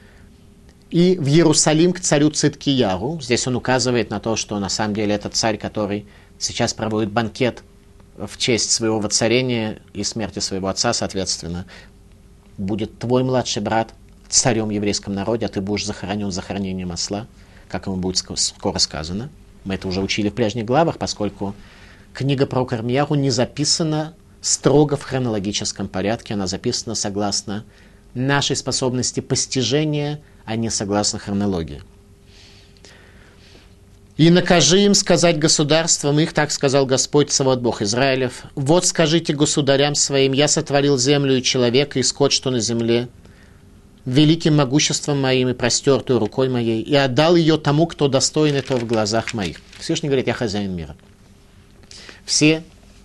и в Иерусалим к царю Циткияру. Здесь он указывает на то, что на самом деле это царь, который сейчас проводит банкет в честь своего воцарения и смерти своего отца, соответственно. Будет твой младший брат царем в еврейском народе, а ты будешь захоронен захоронением осла, как ему будет скоро сказано. Мы это уже учили в прежних главах, поскольку книга про Ирмияху не записана строго в хронологическом порядке, она записана согласно нашей способности постижения, а не согласно хронологии. «И накажи им сказать государствам их, так сказал Господь Цаваот Бог Израилев: вот скажите государям своим, я сотворил землю и человека, и скот, что на земле, великим могуществом моим и простертую рукой моей, и отдал ее тому, кто достоин этого в глазах моих». Всевышний говорит: я хозяин мира. Все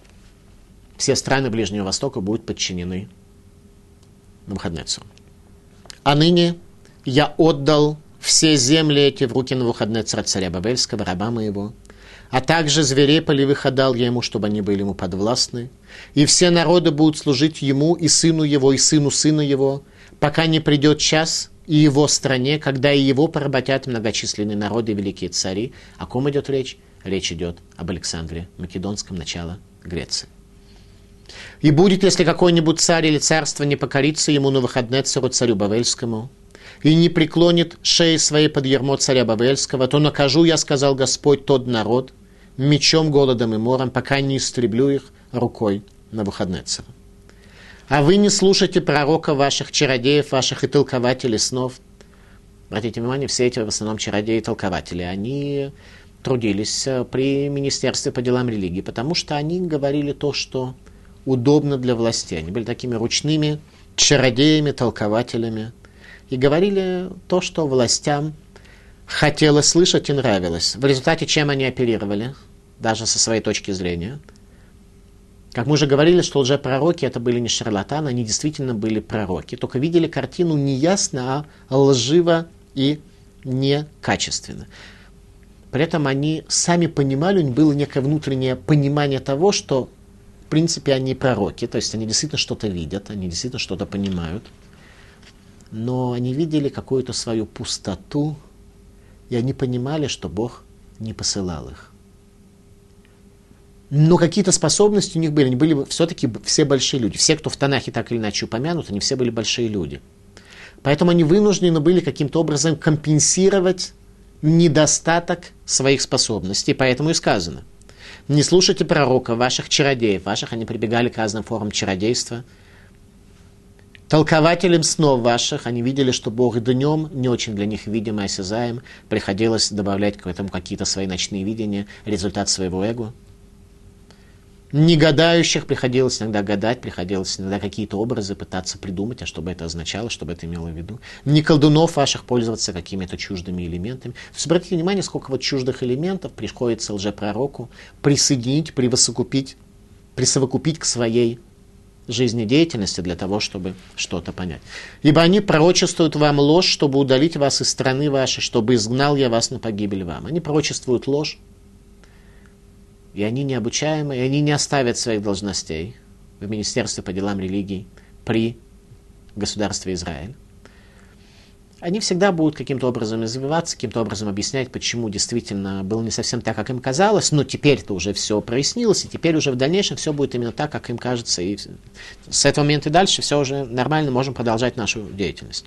страны Ближнего Востока будут подчинены Навуходнецеру. А ныне я отдал все земли эти в руки Навуходнецера, царя Бавельского, раба моего, а также зверей полевых отдал я ему, чтобы они были ему подвластны, и все народы будут служить ему, и сыну его, и сыну сына его, пока не придет час и его стране, когда и его поработят многочисленные народы и великие цари. О ком идет речь? Речь идет об Александре Македонском, начало Греции. «И будет, если какой-нибудь царь или царство не покорится ему Навуходнецеру, царю Бавельскому, и не преклонит шеи своей под ярмо царя Бавельского, то накажу, я сказал Господь, тот народ мечом, голодом и мором, пока не истреблю их рукой Навуходнецера. А вы не слушайте пророка ваших, чародеев ваших и толкователей снов». Обратите внимание, все эти в основном чародеи и толкователи, они трудились при Министерстве по делам религии, потому что они говорили то, что удобно для властей. Они были такими ручными чародеями, толкователями и говорили то, что властям хотелось слышать и нравилось. В результате чем они оперировали, даже со своей точки зрения. Как мы уже говорили, что лжепророки это были не шарлатаны, они действительно были пророки, только видели картину не ясно, а лживо и некачественно. При этом они сами понимали, у них было некое внутреннее понимание того, что в принципе они пророки, то есть они действительно что-то видят, они действительно что-то понимают, но они видели какую-то свою пустоту, и они понимали, что Бог не посылал их. Но какие-то способности у них были, они были все-таки все большие люди. Все, кто в Танахе так или иначе упомянут, они все были большие люди. Поэтому они вынуждены были каким-то образом компенсировать недостаток своих способностей. Поэтому и сказано: не слушайте пророка, ваших чародеев, ваших, они прибегали к разным формам чародейства, толкователям снов ваших, они видели, что Бог днем не очень для них видим и осязаем, приходилось добавлять к этому какие-то свои ночные видения, результат своего эго. Негадающих приходилось иногда гадать, приходилось иногда какие-то образы пытаться придумать, а что бы это означало, что бы это имело в виду. Не колдунов ваших пользоваться какими-то чуждыми элементами. То есть обратите внимание, сколько вот чуждых элементов приходится лжепророку присоединить, присовокупить к своей жизнедеятельности для того, чтобы что-то понять. Ибо они пророчествуют вам ложь, чтобы удалить вас из страны вашей, чтобы изгнал я вас на погибель вам. Они пророчествуют ложь, и они необучаемые, и они не оставят своих должностей в Министерстве по делам религий при государстве Израиль. Они всегда будут каким-то образом развиваться, каким-то образом объяснять, почему действительно было не совсем так, как им казалось, но теперь-то уже все прояснилось, и теперь уже в дальнейшем все будет именно так, как им кажется, и с этого момента и дальше все уже нормально, можем продолжать нашу деятельность.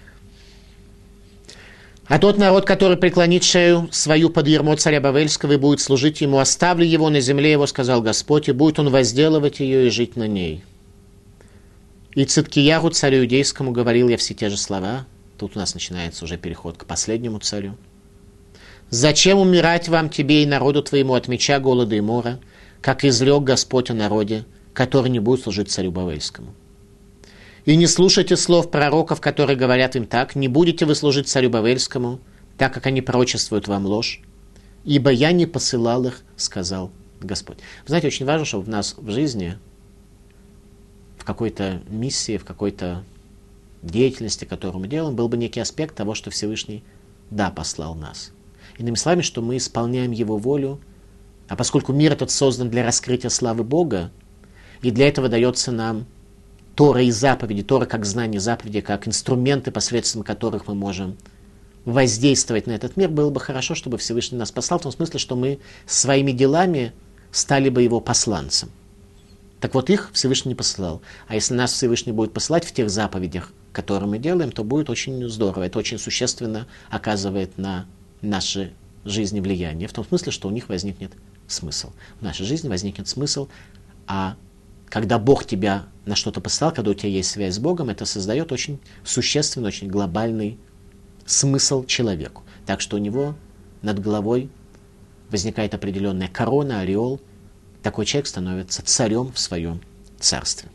А тот народ, который преклонит шею свою под ярмо царя Бавельского и будет служить ему, оставлю его на земле его, сказал Господь, и будет он возделывать ее и жить на ней. И Циткияру, царю иудейскому, говорил я все те же слова. Тут у нас начинается уже переход к последнему царю. «Зачем умирать вам, тебе и народу твоему, от меча, голода и мора, как изрек Господь о народе, который не будет служить царю Бавельскому? И не слушайте слов пророков, которые говорят им так, не будете вы служить царю Бавельскому, так как они пророчествуют вам ложь, ибо я не посылал их, сказал Господь». Вы знаете, очень важно, чтобы в нас в жизни, в какой-то миссии, в какой-то деятельности, которую мы делаем, был бы некий аспект того, что Всевышний, да, послал нас. Иными словами, что мы исполняем Его волю, а поскольку мир этот создан для раскрытия славы Бога, и для этого дается нам Тора и заповеди, Тора как знание заповедей, как инструменты, посредством которых мы можем воздействовать на этот мир, было бы хорошо, чтобы Всевышний нас послал, в том смысле, что мы своими делами стали бы Его посланцем. Так вот, их Всевышний не посылал. А если нас Всевышний будет посылать в тех заповедях, которые мы делаем, то будет очень здорово. Это очень существенно оказывает на нашей жизни влияние. В том смысле, что у них возникнет смысл. В нашей жизни возникнет смысл, а когда Бог тебя на что-то послал, когда у тебя есть связь с Богом, это создает очень существенный, очень глобальный смысл человеку. Так что у него над головой возникает определенная корона, ореол. Такой человек становится царем в своем царстве.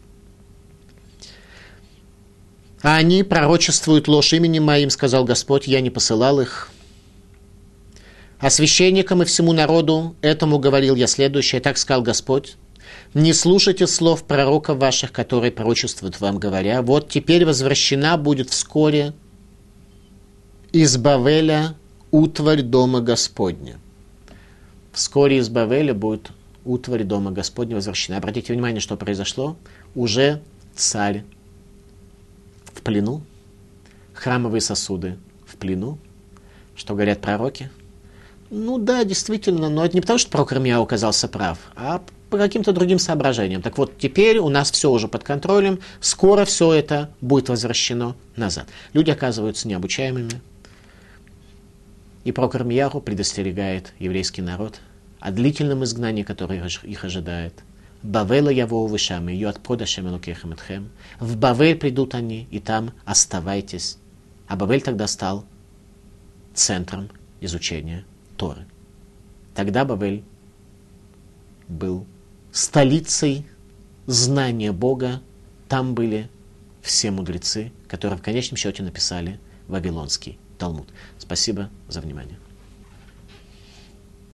А они пророчествуют ложь именем моим, сказал Господь, я не посылал их. А священникам и всему народу этому говорил я следующее, так сказал Господь. Не слушайте слов пророков ваших, которые пророчествуют вам, говоря, вот теперь возвращена будет вскоре из Бавеля утварь дома Господня. Вскоре из Бавеля будет утварь дома Господня возвращена. Обратите внимание, что произошло. Уже царь в плену, храмовые сосуды в плену. Что говорят пророки? Ну да, действительно, но это не потому, что пророк Ирмияу оказался прав, а по каким-то другим соображениям. Так вот, теперь у нас все уже под контролем, скоро все это будет возвращено назад. Люди оказываются необучаемыми. И пророк Ирмияу предостерегает еврейский народ о длительном изгнании, которое их ожидает. «Бавела явоу вышам, ее отпод Ашем элокейхем этхем». В Бавель придут они, и там оставайтесь. А Бавель тогда стал центром изучения Торы. Тогда Бавель был столицей знания Бога. Там были все мудрецы, которые в конечном счете написали Вавилонский Талмуд. Спасибо за внимание.